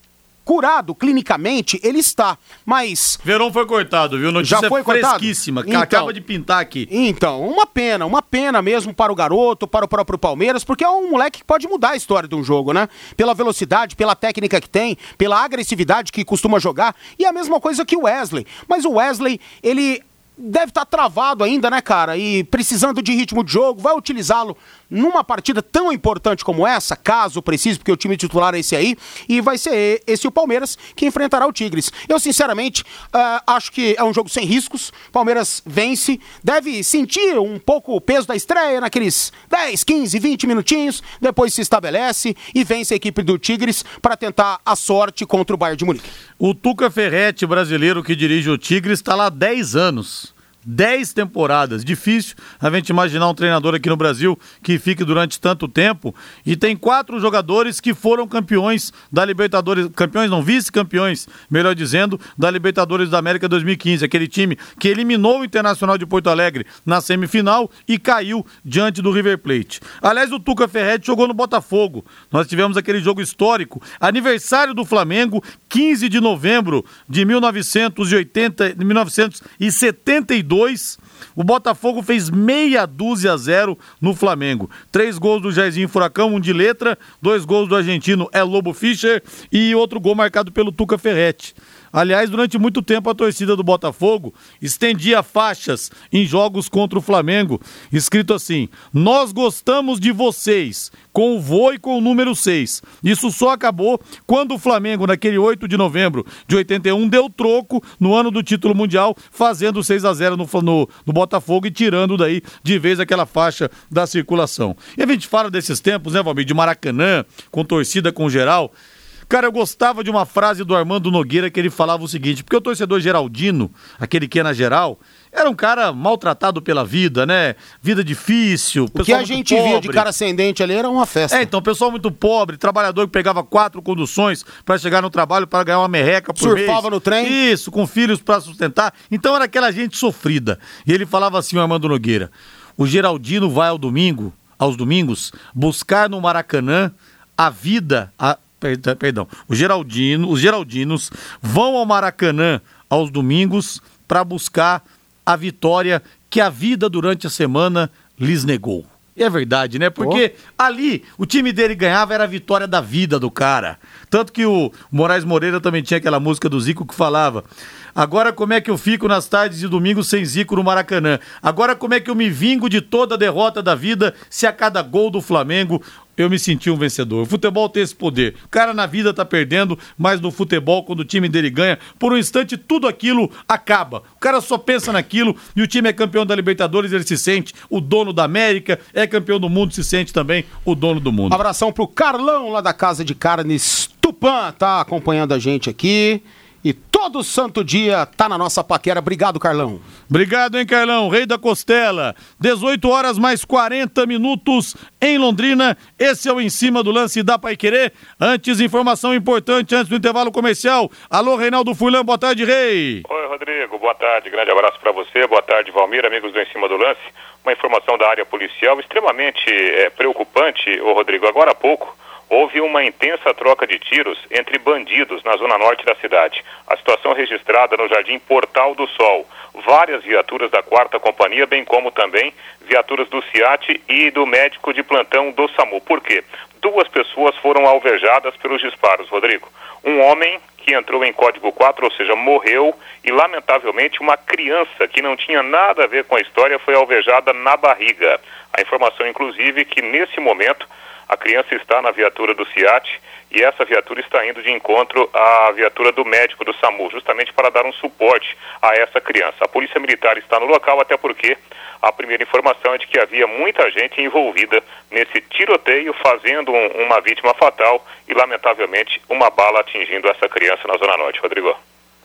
curado clinicamente, ele está, mas... Verón foi cortado, viu? Notícia já foi fresquíssima, que acaba de pintar aqui. Então, uma pena mesmo para o garoto, para o próprio Palmeiras, porque é um moleque que pode mudar a história de um jogo, né? Pela velocidade, pela técnica que tem, pela agressividade que costuma jogar, e a mesma coisa que o Wesley. Mas o Wesley, ele deve estar travado ainda, né, cara? E precisando de ritmo de jogo, vai utilizá-lo numa partida tão importante como essa, caso precise, porque o time titular é esse aí, e vai ser esse o Palmeiras que enfrentará o Tigres. Eu, sinceramente, acho que é um jogo sem riscos. Palmeiras vence, deve sentir um pouco o peso da estreia naqueles 10, 15, 20 minutinhos, depois se estabelece e vence a equipe do Tigres para tentar a sorte contra o Bayern de Munique. O Tuca Ferretti, brasileiro que dirige o Tigres, está lá há 10 anos. 10 temporadas, difícil a gente imaginar um treinador aqui no Brasil que fique durante tanto tempo, e tem 4 jogadores que foram campeões da Libertadores, campeões não, vice-campeões, melhor dizendo, da Libertadores da América 2015, aquele time que eliminou o Internacional de Porto Alegre na semifinal e caiu diante do River Plate. Aliás, o Tuca Ferretti jogou no Botafogo, nós tivemos aquele jogo histórico, aniversário do Flamengo, 15 de novembro de 1972, o Botafogo fez 6-0 no Flamengo. 3 gols do Jairzinho Furacão, 1 de letra, 2 gols do argentino Lobo Fischer e outro gol marcado pelo Tuca Ferretti. Aliás, durante muito tempo a torcida do Botafogo estendia faixas em jogos contra o Flamengo, escrito assim: nós gostamos de vocês, com o vô e com o número 6. Isso só acabou quando o Flamengo, naquele 8 de novembro de 81, deu troco no ano do título mundial, fazendo 6-0 no Botafogo e tirando daí de vez aquela faixa da circulação. E a gente fala desses tempos, né, Valmir, de Maracanã, com torcida, com geral. Cara, eu gostava de uma frase do Armando Nogueira, que ele falava o seguinte, porque o torcedor geraldino, aquele que é na geral, era um cara maltratado pela vida, né? Vida difícil. O que a gente via de cara ascendente ali era uma festa. Então, pessoal muito pobre, trabalhador que pegava 4 conduções para chegar no trabalho, para ganhar uma merreca por mês. Surfava no trem. Isso, com filhos para sustentar. Então era aquela gente sofrida. E ele falava assim, o Armando Nogueira: o geraldino vai aos domingos, buscar no Maracanã a vida... os geraldinos vão ao Maracanã aos domingos para buscar a vitória que a vida durante a semana lhes negou. É verdade, né? Porque ali o time dele ganhava, era a vitória da vida do cara. Tanto que o Moraes Moreira também tinha aquela música do Zico que falava: agora como é que eu fico nas tardes de domingo sem Zico no Maracanã? Agora como é que eu me vingo de toda a derrota da vida se a cada gol do Flamengo eu me senti um vencedor? O futebol tem esse poder. O cara na vida tá perdendo, mas no futebol, quando o time dele ganha, por um instante tudo aquilo acaba. O cara só pensa naquilo e o time é campeão da Libertadores, ele se sente o dono da América, é campeão do mundo, se sente também o dono do mundo. Abração pro Carlão lá da Casa de Carnes Tupã, tá acompanhando a gente aqui. E todo santo dia tá na nossa paquera. Obrigado, Carlão. Obrigado, hein, Carlão? Rei da Costela. 18 horas mais 40 minutos em Londrina. Esse é o Em Cima do Lance da Paiquerê. Antes, informação importante antes do intervalo comercial. Alô, Reinaldo Furlan, boa tarde, Rei. Oi, Rodrigo, boa tarde. Grande abraço para você. Boa tarde, Valmir, amigos do Em Cima do Lance. Uma informação da área policial extremamente preocupante, ô Rodrigo. Agora há pouco, houve uma intensa troca de tiros entre bandidos na zona norte da cidade. A situação registrada no Jardim Portal do Sol. Várias viaturas da 4ª Companhia, bem como também viaturas do CIAT e do médico de plantão do SAMU. Por quê? 2 pessoas foram alvejadas pelos disparos, Rodrigo. Um homem que entrou em código 4, ou seja, morreu, e lamentavelmente uma criança que não tinha nada a ver com a história foi alvejada na barriga. A informação, inclusive, que nesse momento a criança está na viatura do CIAT e essa viatura está indo de encontro à viatura do médico do SAMU, justamente para dar um suporte a essa criança. A Polícia Militar está no local, até porque a primeira informação é de que havia muita gente envolvida nesse tiroteio, fazendo uma vítima fatal e, lamentavelmente, uma bala atingindo essa criança na Zona Norte. Rodrigo.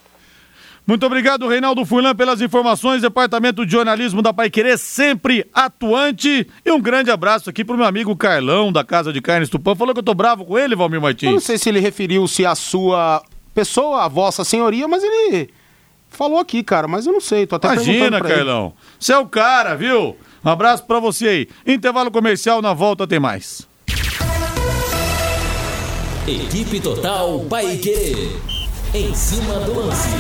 Muito obrigado, Reinaldo Furlan, pelas informações. Departamento de Jornalismo da Paiquerê, sempre atuante. E um grande abraço aqui pro meu amigo Carlão, da Casa de Carnes Tupã. Falou que eu tô bravo com ele, Valmir Martins. Eu não sei se ele referiu-se à sua pessoa, à vossa senhoria, mas ele falou aqui, cara. Mas eu não sei, tô até Imagina, Carlão. Você é o cara, viu? Um abraço pra você aí. Intervalo comercial, na volta tem mais. Equipe Total Paiquerê. Em Cima do Lance.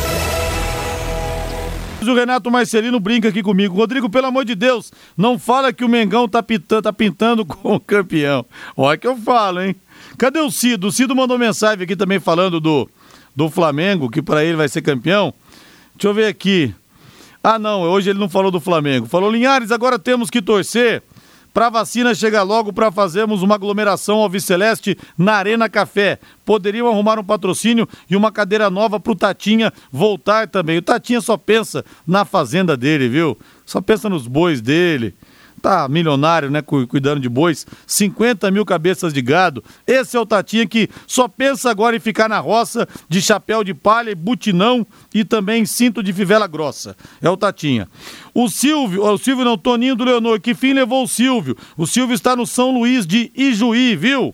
O Renato Marcelino brinca aqui comigo. Rodrigo, pelo amor de Deus, não fala que o Mengão tá pintando com o campeão. Olha que eu falo, hein? Cadê o Cido? O Cido mandou mensagem aqui também falando do Flamengo, que pra ele vai ser campeão. Deixa eu ver aqui. Ah, não, hoje ele não falou do Flamengo. Falou: Linhares, agora temos que torcer pra vacina chegar logo para fazermos uma aglomeração ao Alviceleste na Arena Café. Poderiam arrumar um patrocínio e uma cadeira nova pro Tatinha voltar também. O Tatinha só pensa na fazenda dele, viu? Só pensa nos bois dele. Tá milionário, né, cuidando de bois, 50 mil cabeças de gado. Esse é o Tatinha que só pensa agora em ficar na roça de chapéu de palha, butinão e também cinto de fivela grossa. É o Tatinha. O Silvio não, Toninho do Leonor, que fim levou o Silvio? O Silvio está no São Luís de Ijuí, viu?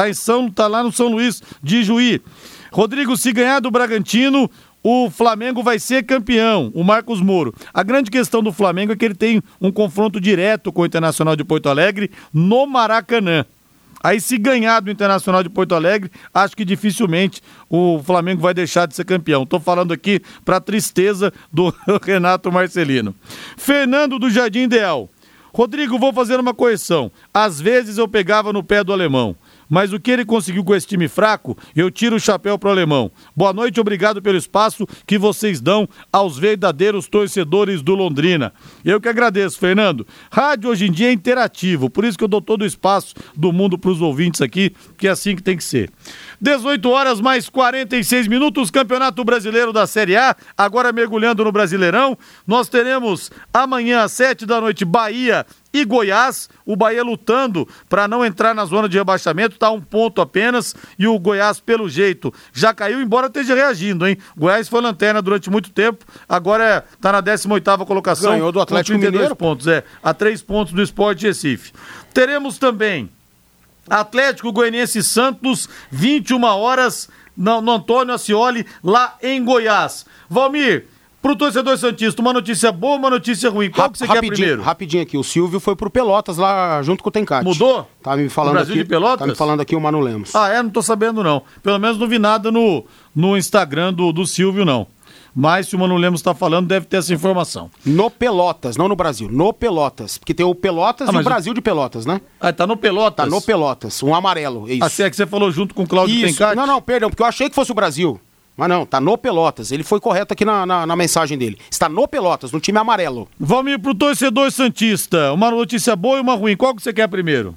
Tá lá no São Luís de Ijuí. Rodrigo, se ganhar do Bragantino, o Flamengo vai ser campeão, o Marcos Moro. A grande questão do Flamengo é que ele tem um confronto direto com o Internacional de Porto Alegre no Maracanã. Aí, se ganhar do Internacional de Porto Alegre, acho que dificilmente o Flamengo vai deixar de ser campeão. Tô falando aqui pra tristeza do Renato Marcelino. Fernando do Jardim Ideal. Rodrigo, vou fazer uma correção. Às vezes eu pegava no pé do alemão, mas o que ele conseguiu com esse time fraco, eu tiro o chapéu pro alemão. Boa noite, obrigado pelo espaço que vocês dão aos verdadeiros torcedores do Londrina. Eu que agradeço, Fernando. Rádio hoje em dia é interativo, por isso que eu dou todo o espaço do mundo pros ouvintes aqui, que é assim que tem que ser. 18 horas mais 46 minutos, Campeonato Brasileiro da Série A, agora mergulhando no Brasileirão. Nós teremos amanhã às 7 da noite Bahia e Goiás, o Bahia lutando para não entrar na zona de rebaixamento, está 1 ponto apenas, e o Goiás, pelo jeito, já caiu, embora esteja reagindo, hein? Goiás foi lanterna durante muito tempo, agora está na 18ª colocação. Ganhou do Atlético Mineiro. Pontos, a 3 pontos do Sport Recife. Teremos também Atlético Goianiense e Santos, 21 horas, no Antônio Ascioli, lá em Goiás. Valmir, pro torcedor santista, uma notícia boa ou uma notícia ruim? Qual que você quer primeiro? Rapidinho aqui, o Silvio foi pro Pelotas lá junto com o Tencate. Mudou? Tá me falando Brasil aqui, de Pelotas? tá me falando aqui o Mano Lemos. Não tô sabendo não. Pelo menos não vi nada no Instagram do Silvio, não. mas se o Mano Lemos está falando, deve ter essa informação. No Pelotas, não no Brasil, no Pelotas. Porque tem o Pelotas e o Brasil de Pelotas, né? Ah, tá no Pelotas? Tá no Pelotas, um amarelo, é isso. Assim é que você falou junto com o Cláudio Tencati? Não, perdão, porque eu achei que fosse o Brasil. Mas não, tá no Pelotas. Ele foi correto aqui na mensagem dele. Está no Pelotas, no time amarelo. Valmir, pro torcedor santista, uma notícia boa e uma ruim. Qual que você quer primeiro?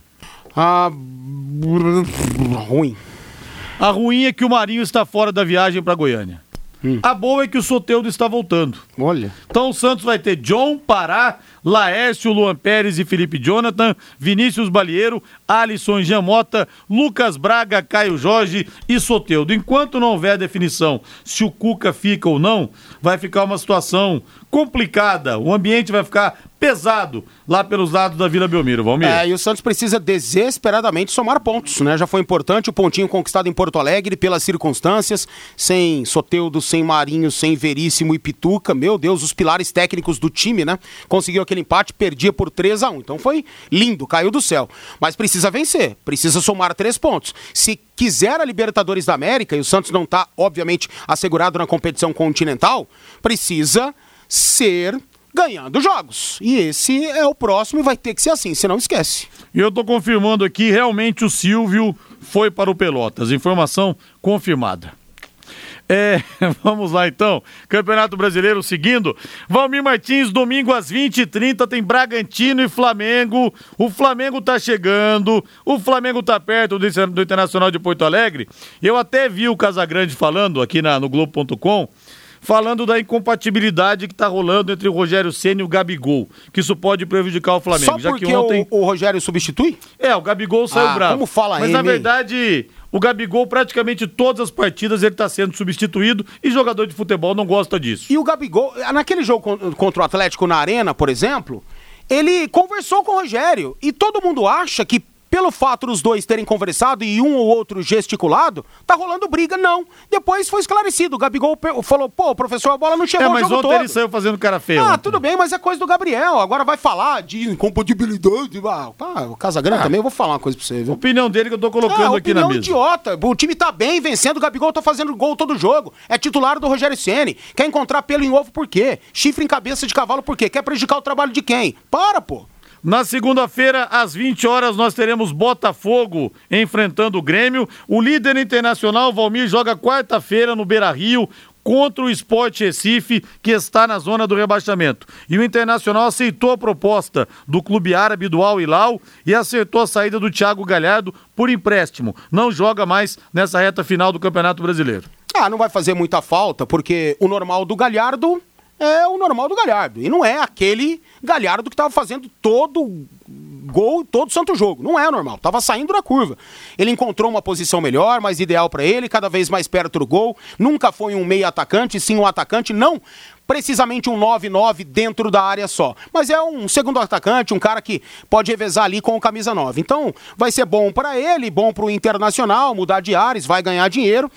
Ruim. A ruim é que o Marinho está fora da viagem para Goiânia. A boa é que o Soteldo está voltando. Olha. Então o Santos vai ter John, Pará, Laércio, Luan Pérez e Felipe Jonathan, Vinícius Balieiro, Alisson, Jean Mota, Lucas Braga, Caio Jorge e Soteldo. Enquanto não houver definição se o Cuca fica ou não, vai ficar uma situação complicada. O ambiente vai ficar pesado lá pelos lados da Vila Belmiro, Valmir. E o Santos precisa desesperadamente somar pontos, né? Já foi importante o pontinho conquistado em Porto Alegre pelas circunstâncias, sem Soteldo, sem Marinho, sem Veríssimo e Pituca. Meu Deus, os pilares técnicos do time, né? Conseguiu aquele empate, perdia por 3-1. Então foi lindo, caiu do céu. Mas precisa vencer, precisa somar 3 pontos. Se quiser a Libertadores da América, e o Santos não está, obviamente, assegurado na competição continental, precisa ser ganhando jogos. E esse é o próximo e vai ter que ser assim, senão esquece. E eu tô confirmando aqui, realmente o Silvio foi para o Pelotas. Informação confirmada. Vamos lá então, Campeonato Brasileiro seguindo, Valmir Martins, domingo às 20h30 tem Bragantino e Flamengo, o Flamengo tá chegando, o Flamengo tá perto do Internacional de Porto Alegre. Eu até vi o Casagrande falando aqui no Globo.com, falando da incompatibilidade que tá rolando entre o Rogério Ceni e o Gabigol, que isso pode prejudicar o Flamengo. Só porque ontem o Rogério substitui? O Gabigol saiu bravo. Como fala Mas na verdade, o Gabigol praticamente todas as partidas ele tá sendo substituído e jogador de futebol não gosta disso. E o Gabigol, naquele jogo contra o Atlético na Arena, por exemplo, ele conversou com o Rogério e todo mundo acha que pelo fato dos dois terem conversado e um ou outro gesticulado, tá rolando briga, não. Depois foi esclarecido. O Gabigol falou, professor, a bola não chegou ao jogo todo. Mas ontem ele saiu fazendo cara feio. Tudo bem, mas é coisa do Gabriel. Agora vai falar de incompatibilidade. O Casagrande também, eu vou falar uma coisa pra você, viu? A opinião dele que eu tô colocando aqui na mesa. Idiota. O time tá bem, vencendo, o Gabigol tá fazendo gol todo jogo. É titular do Rogério Ceni. Quer encontrar pelo em ovo por quê? Chifre em cabeça de cavalo por quê? Quer prejudicar o trabalho de quem? Pô. Na segunda-feira, às 20h, nós teremos Botafogo enfrentando o Grêmio. O líder internacional, Valmir, joga quarta-feira no Beira-Rio contra o Sport Recife, que está na zona do rebaixamento. E o Internacional aceitou a proposta do clube árabe do Al Hilal e acertou a saída do Thiago Galhardo por empréstimo. Não joga mais nessa reta final do Campeonato Brasileiro. Não vai fazer muita falta, porque o normal do Galhardo é o normal do Galhardo. E não é aquele Galhardo que estava fazendo todo gol, todo santo jogo. Não é normal. Estava saindo da curva. Ele encontrou uma posição melhor, mais ideal para ele, cada vez mais perto do gol. Nunca foi um meio atacante, sim um atacante, não precisamente um 9-9 dentro da área só. Mas é um segundo atacante, um cara que pode revezar ali com o camisa 9. Então, vai ser bom para ele, bom para o Internacional, mudar de ares, vai ganhar dinheiro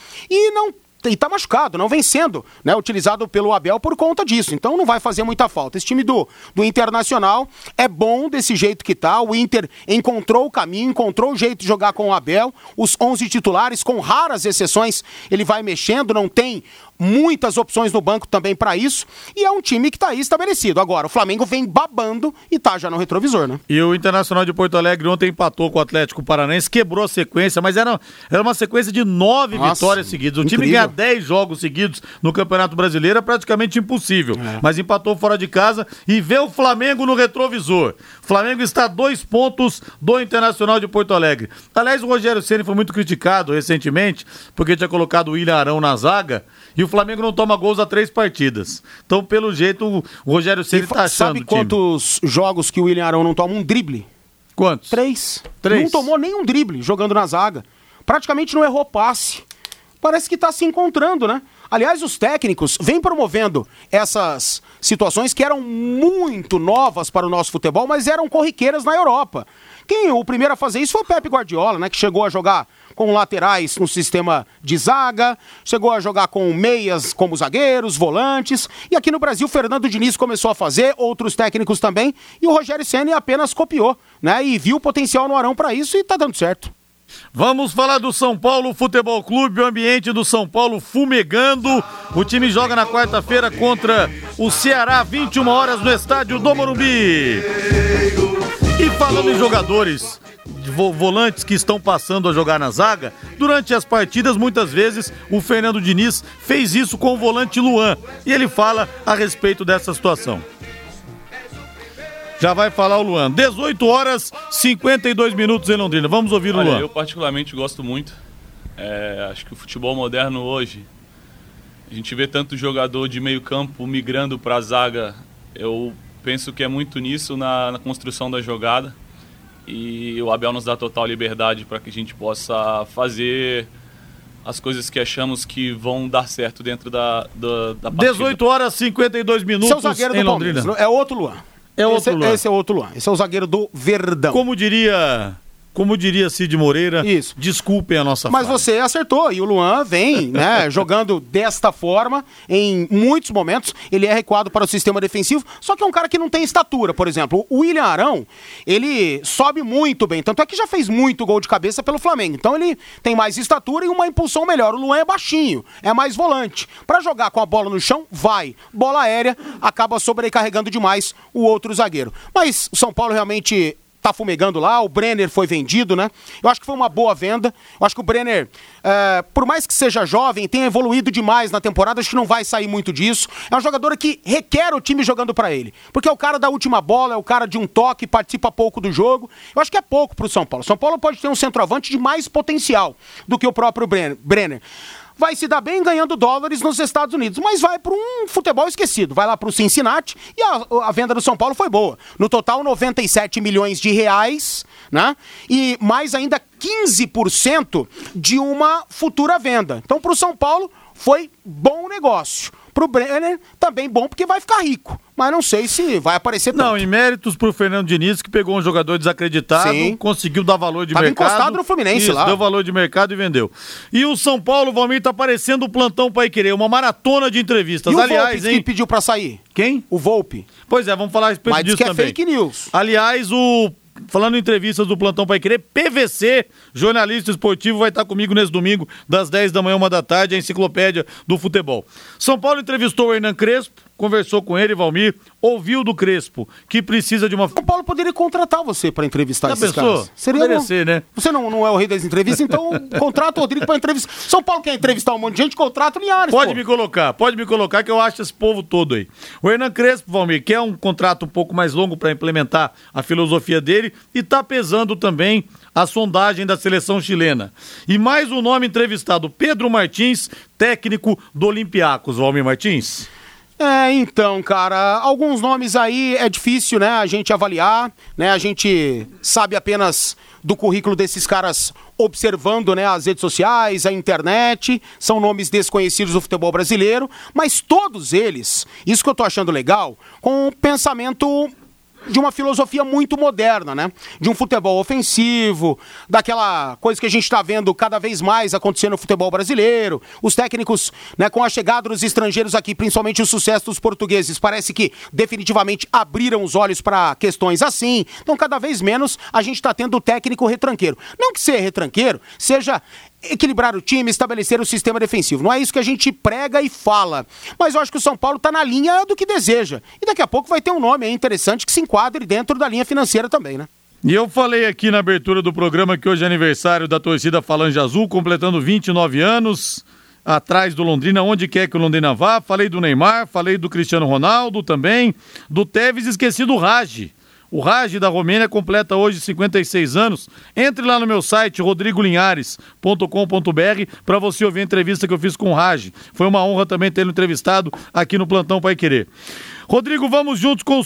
e tá machucado, não vem sendo, né, utilizado pelo Abel por conta disso, então não vai fazer muita falta. Esse time do Internacional é bom desse jeito que tá, o Inter encontrou o caminho, encontrou o jeito de jogar com o Abel, os 11 titulares, com raras exceções, ele vai mexendo, não tem muitas opções no banco também para isso, e é um time que tá aí estabelecido. Agora, o Flamengo vem babando e tá já no retrovisor, né? E o Internacional de Porto Alegre ontem empatou com o Atlético Paranaense, quebrou a sequência, mas era uma sequência de 9 vitórias seguidas. O time ganha 10 jogos seguidos no Campeonato Brasileiro é praticamente impossível, mas empatou fora de casa e vê o Flamengo no retrovisor. O Flamengo está a 2 pontos do Internacional de Porto Alegre. Aliás, o Rogério Ceni foi muito criticado recentemente, porque tinha colocado o William Arão na zaga, e o Flamengo não toma gols há 3 partidas. Então, pelo jeito, o Rogério Ceni tá achando. Sabe quantos jogos que o William Arão não toma um drible? Quantos? 3. Não tomou nenhum drible jogando na zaga. Praticamente não errou passe. Parece que tá se encontrando, né? Aliás, os técnicos vêm promovendo essas situações que eram muito novas para o nosso futebol, mas eram corriqueiras na Europa. O primeiro a fazer isso foi o Pepe Guardiola, né? Que chegou a jogar com laterais no sistema de zaga, chegou a jogar com meias como zagueiros, volantes, e aqui no Brasil Fernando Diniz começou a fazer, outros técnicos também, e o Rogério Ceni apenas copiou, né? E viu o potencial no Arão para isso e tá dando certo. Vamos falar do São Paulo Futebol Clube, o ambiente do São Paulo fumegando. O time joga na quarta-feira contra o Ceará, 21 horas no estádio do Morumbi. E falando em jogadores, volantes que estão passando a jogar na zaga, durante as partidas, muitas vezes, o Fernando Diniz fez isso com o volante Luan. E ele fala a respeito dessa situação. Já vai falar o Luan. 18 horas, 52 minutos em Londrina. Vamos ouvir o Luan. Eu particularmente gosto muito. Acho que o futebol moderno hoje, a gente vê tanto jogador de meio campo migrando para a zaga. Eu penso que é muito nisso na construção da jogada. E o Abel nos dá total liberdade para que a gente possa fazer as coisas que achamos que vão dar certo dentro da partida. 18 horas, 52 minutos Esse é o zagueiro em do Londrina. Palmeiras. É outro Luan. Esse é outro Luan. Esse é o zagueiro do Verdão. Como diria Cid Moreira, isso. Desculpem a nossa Mas falha. você acertou, e o Luan vem, né, jogando desta forma, em muitos momentos, ele é recuado para o sistema defensivo, só que é um cara que não tem estatura, por exemplo. O William Arão, ele sobe muito bem, tanto é que já fez muito gol de cabeça pelo Flamengo, então ele tem mais estatura e uma impulsão melhor. O Luan é baixinho, é mais volante. Para jogar com a bola no chão, vai. Bola aérea, acaba sobrecarregando demais o outro zagueiro. Mas o São Paulo realmente tá fumegando lá, o Brenner foi vendido, né? Eu acho que foi uma boa venda. Eu acho que o Brenner, por mais que seja jovem, tenha evoluído demais na temporada, acho que não vai sair muito disso. É um jogador que requer o time jogando pra ele. Porque é o cara da última bola, é o cara de um toque, participa pouco do jogo. Eu acho que é pouco pro São Paulo. São Paulo pode ter um centroavante de mais potencial do que o próprio Brenner. Vai se dar bem ganhando dólares nos Estados Unidos, mas vai para um futebol esquecido. Vai lá para o Cincinnati e a venda do São Paulo foi boa. No total, 97 milhões de reais, né? E mais ainda 15% de uma futura venda. Então, para o São Paulo, foi bom negócio. Pro Brenner, também bom, porque vai ficar rico. Mas não sei se vai aparecer tanto. Não, em méritos pro Fernando Diniz, que pegou um jogador desacreditado, sim, conseguiu dar valor de mercado. Tava encostado no Fluminense lá. Deu valor de mercado e vendeu. E o São Paulo, Valmir, tá parecendo o plantão Paiquerê, uma maratona de entrevistas. E o aliás, Volpe, que pediu pra sair? Quem? O Volpe. Pois é, vamos falar a respeito disso também. Mas diz que é fake news. Aliás, falando em entrevistas do Plantão Paiquerê, PVC, jornalista esportivo, vai estar comigo nesse domingo, das 10 da manhã, 1 da tarde, a enciclopédia do futebol. São Paulo entrevistou o Hernan Crespo, conversou com ele, Valmir, ouviu do Crespo que precisa de uma... São Paulo poderia contratar você para entrevistar esses caras. Seria ser, né? Você não é o rei das entrevistas, então contrata o Rodrigo para entrevistar. São Paulo quer entrevistar um monte de gente, contrata o Linhares. Pode me colocar que eu acho esse povo todo aí. O Hernan Crespo, Valmir, quer um contrato um pouco mais longo para implementar a filosofia dele e tá pesando também a sondagem da seleção chilena. E mais um nome entrevistado, Pedro Martins, técnico do Olympiacos. Valmir Martins? Então, cara, alguns nomes aí é difícil, né, a gente avaliar, né, a gente sabe apenas do currículo desses caras observando, né, as redes sociais, a internet, são nomes desconhecidos do futebol brasileiro, mas todos eles, isso que eu tô achando legal, com um pensamento de uma filosofia muito moderna, né? De um futebol ofensivo, daquela coisa que a gente está vendo cada vez mais acontecer no futebol brasileiro. Os técnicos, né, com a chegada dos estrangeiros aqui, principalmente o sucesso dos portugueses, parece que definitivamente abriram os olhos para questões assim. Então, cada vez menos a gente está tendo o técnico retranqueiro. Não que ser retranqueiro seja equilibrar o time, estabelecer o sistema defensivo. Não é isso que a gente prega e fala. Mas eu acho que o São Paulo está na linha do que deseja. E daqui a pouco vai ter um nome aí interessante que se enquadre dentro da linha financeira também, né? E eu falei aqui na abertura do programa que hoje é aniversário da torcida Falange Azul, completando 29 anos, atrás do Londrina, onde quer que o Londrina vá. Falei do Neymar, falei do Cristiano Ronaldo também, do Tevez, esqueci do Raj. O Raj da Romênia completa hoje 56 anos. Entre lá no meu site, rodrigolinhares.com.br, para você ouvir a entrevista que eu fiz com o Raj. Foi uma honra também tê-lo entrevistado aqui no Plantão Paiquerê. Rodrigo, vamos juntos com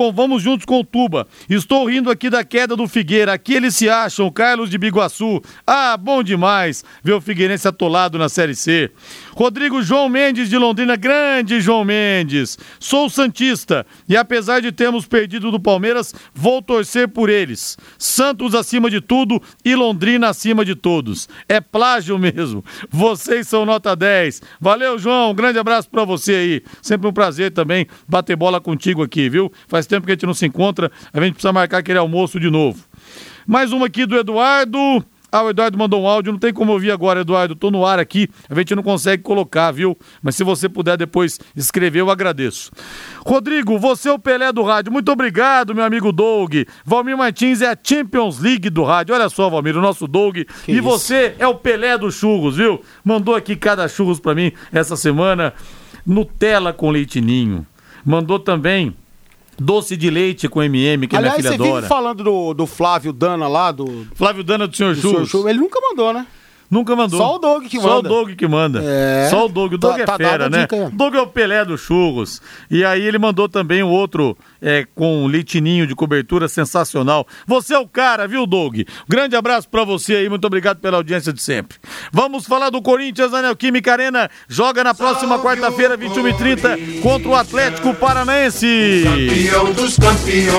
o Tuba. Estou rindo aqui da queda do Figueira. Aqui eles se acham, Carlos de Biguaçu. Ah, bom demais ver o Figueirense atolado na Série C. Rodrigo, João Mendes de Londrina, grande João Mendes. Sou santista e apesar de termos perdido do Palmeiras, vou torcer por eles. Santos acima de tudo e Londrina acima de todos. É plágio mesmo. Vocês são nota 10. Valeu, João. Um grande abraço pra você aí. Sempre um prazer também bater bola contigo aqui, viu? Faz tempo que a gente não se encontra, a gente precisa marcar aquele almoço de novo. Mais uma aqui do Eduardo. O Eduardo mandou um áudio, não tem como ouvir agora, Eduardo, tô no ar aqui, a gente não consegue colocar, viu? Mas se você puder depois escrever, eu agradeço. Rodrigo, você é o Pelé do rádio, muito obrigado, meu amigo Doug. Valmir Martins é a Champions League do rádio, olha só, Valmir, o nosso Doug. E você é o Pelé dos churros, viu? Mandou aqui cada churros pra mim essa semana, Nutella com leite ninho. Mandou também doce de leite com M&M, que aliás, minha filha adora. Aliás, você vive falando do Flávio Dana lá, Flávio Dana do Senhor Churros. Ele nunca mandou, né? Nunca mandou. Só o Doug que manda. Só o Doug que manda. Só o Doug. O Doug é fera, né? O Doug é o Pelé dos churros. E aí ele mandou também o outro com leitinho de cobertura sensacional. Você é o cara, viu, Doug? Grande abraço pra você aí. Muito obrigado pela audiência de sempre. Vamos falar do Corinthians, na Neoquímica Arena. Joga na próxima quarta-feira, 21h30, contra o Atlético Paranaense. Campeão dos campeões.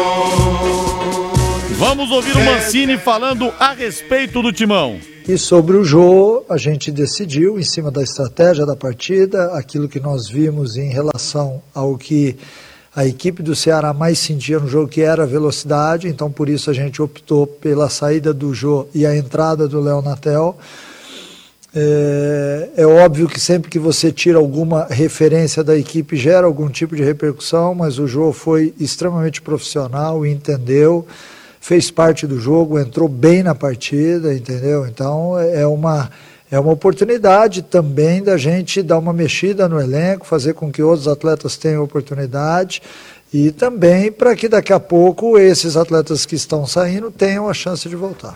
Vamos ouvir o Mancini falando a respeito do Timão. E sobre o Jô, a gente decidiu, em cima da estratégia da partida, aquilo que nós vimos em relação ao que a equipe do Ceará mais sentia no jogo, que era a velocidade, então por isso a gente optou pela saída do Jô e a entrada do Léo Natel. É óbvio que sempre que você tira alguma referência da equipe gera algum tipo de repercussão, mas o Jô foi extremamente profissional, entendeu, fez parte do jogo, entrou bem na partida, entendeu? Então é uma oportunidade também da gente dar uma mexida no elenco, fazer com que outros atletas tenham oportunidade e também para que daqui a pouco esses atletas que estão saindo tenham a chance de voltar.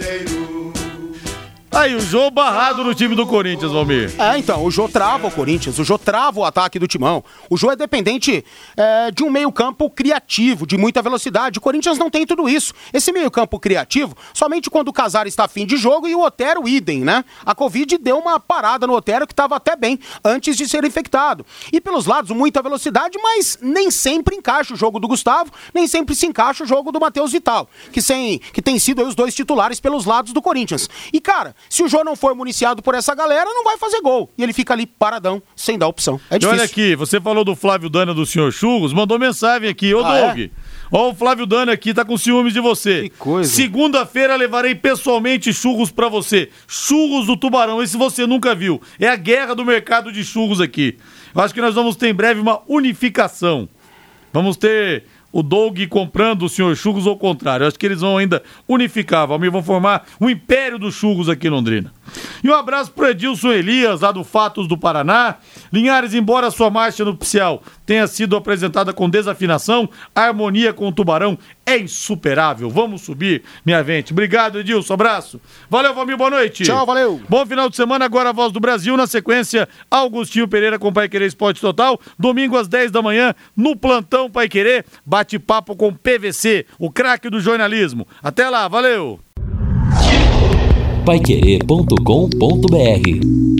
Aí o Jô barrado no time do Corinthians, Valmir. Então, o Jô trava o Corinthians, o Jô trava o ataque do Timão. O Jô é dependente de um meio-campo criativo, de muita velocidade. O Corinthians não tem tudo isso. Esse meio-campo criativo, somente quando o Casares está afim de jogo e o Otero idem, né? A Covid deu uma parada no Otero que estava até bem antes de ser infectado. E pelos lados, muita velocidade, mas nem sempre encaixa o jogo do Gustavo, nem sempre se encaixa o jogo do Matheus Vital, que tem sido aí os dois titulares pelos lados do Corinthians. E, cara, se o Jô não for municiado por essa galera, não vai fazer gol. E ele fica ali paradão, sem dar opção. É difícil. E olha aqui, você falou do Flávio Dana do Senhor Churros, mandou mensagem aqui. Ô, Doug, ó, o Flávio Dana aqui tá com ciúmes de você. Que coisa. Segunda-feira levarei pessoalmente churros pra você. Churros do Tubarão, esse você nunca viu. É a guerra do mercado de churros aqui. Eu acho que nós vamos ter em breve uma unificação. Vamos ter o Doug comprando o Senhor Churros ou o contrário. Eu acho que eles vão ainda unificar, Valmir, vão formar um império dos churros aqui em Londrina. E um abraço pro Edilson Elias, lá do Fatos do Paraná. Linhares, embora sua marcha nupcial tenha sido apresentada com desafinação, a harmonia com o Tubarão é insuperável. Vamos subir, minha gente. Obrigado, Edilson. Abraço. Valeu, Valmir. Boa noite. Tchau, valeu. Bom final de semana. Agora a Voz do Brasil. Na sequência, Augustinho Pereira com Pai Querer Esporte Total. Domingo às 10 da manhã, no Plantão Pai Querer. Bate-papo com PVC, o craque do jornalismo. Até lá. Valeu. paiquerê.com.br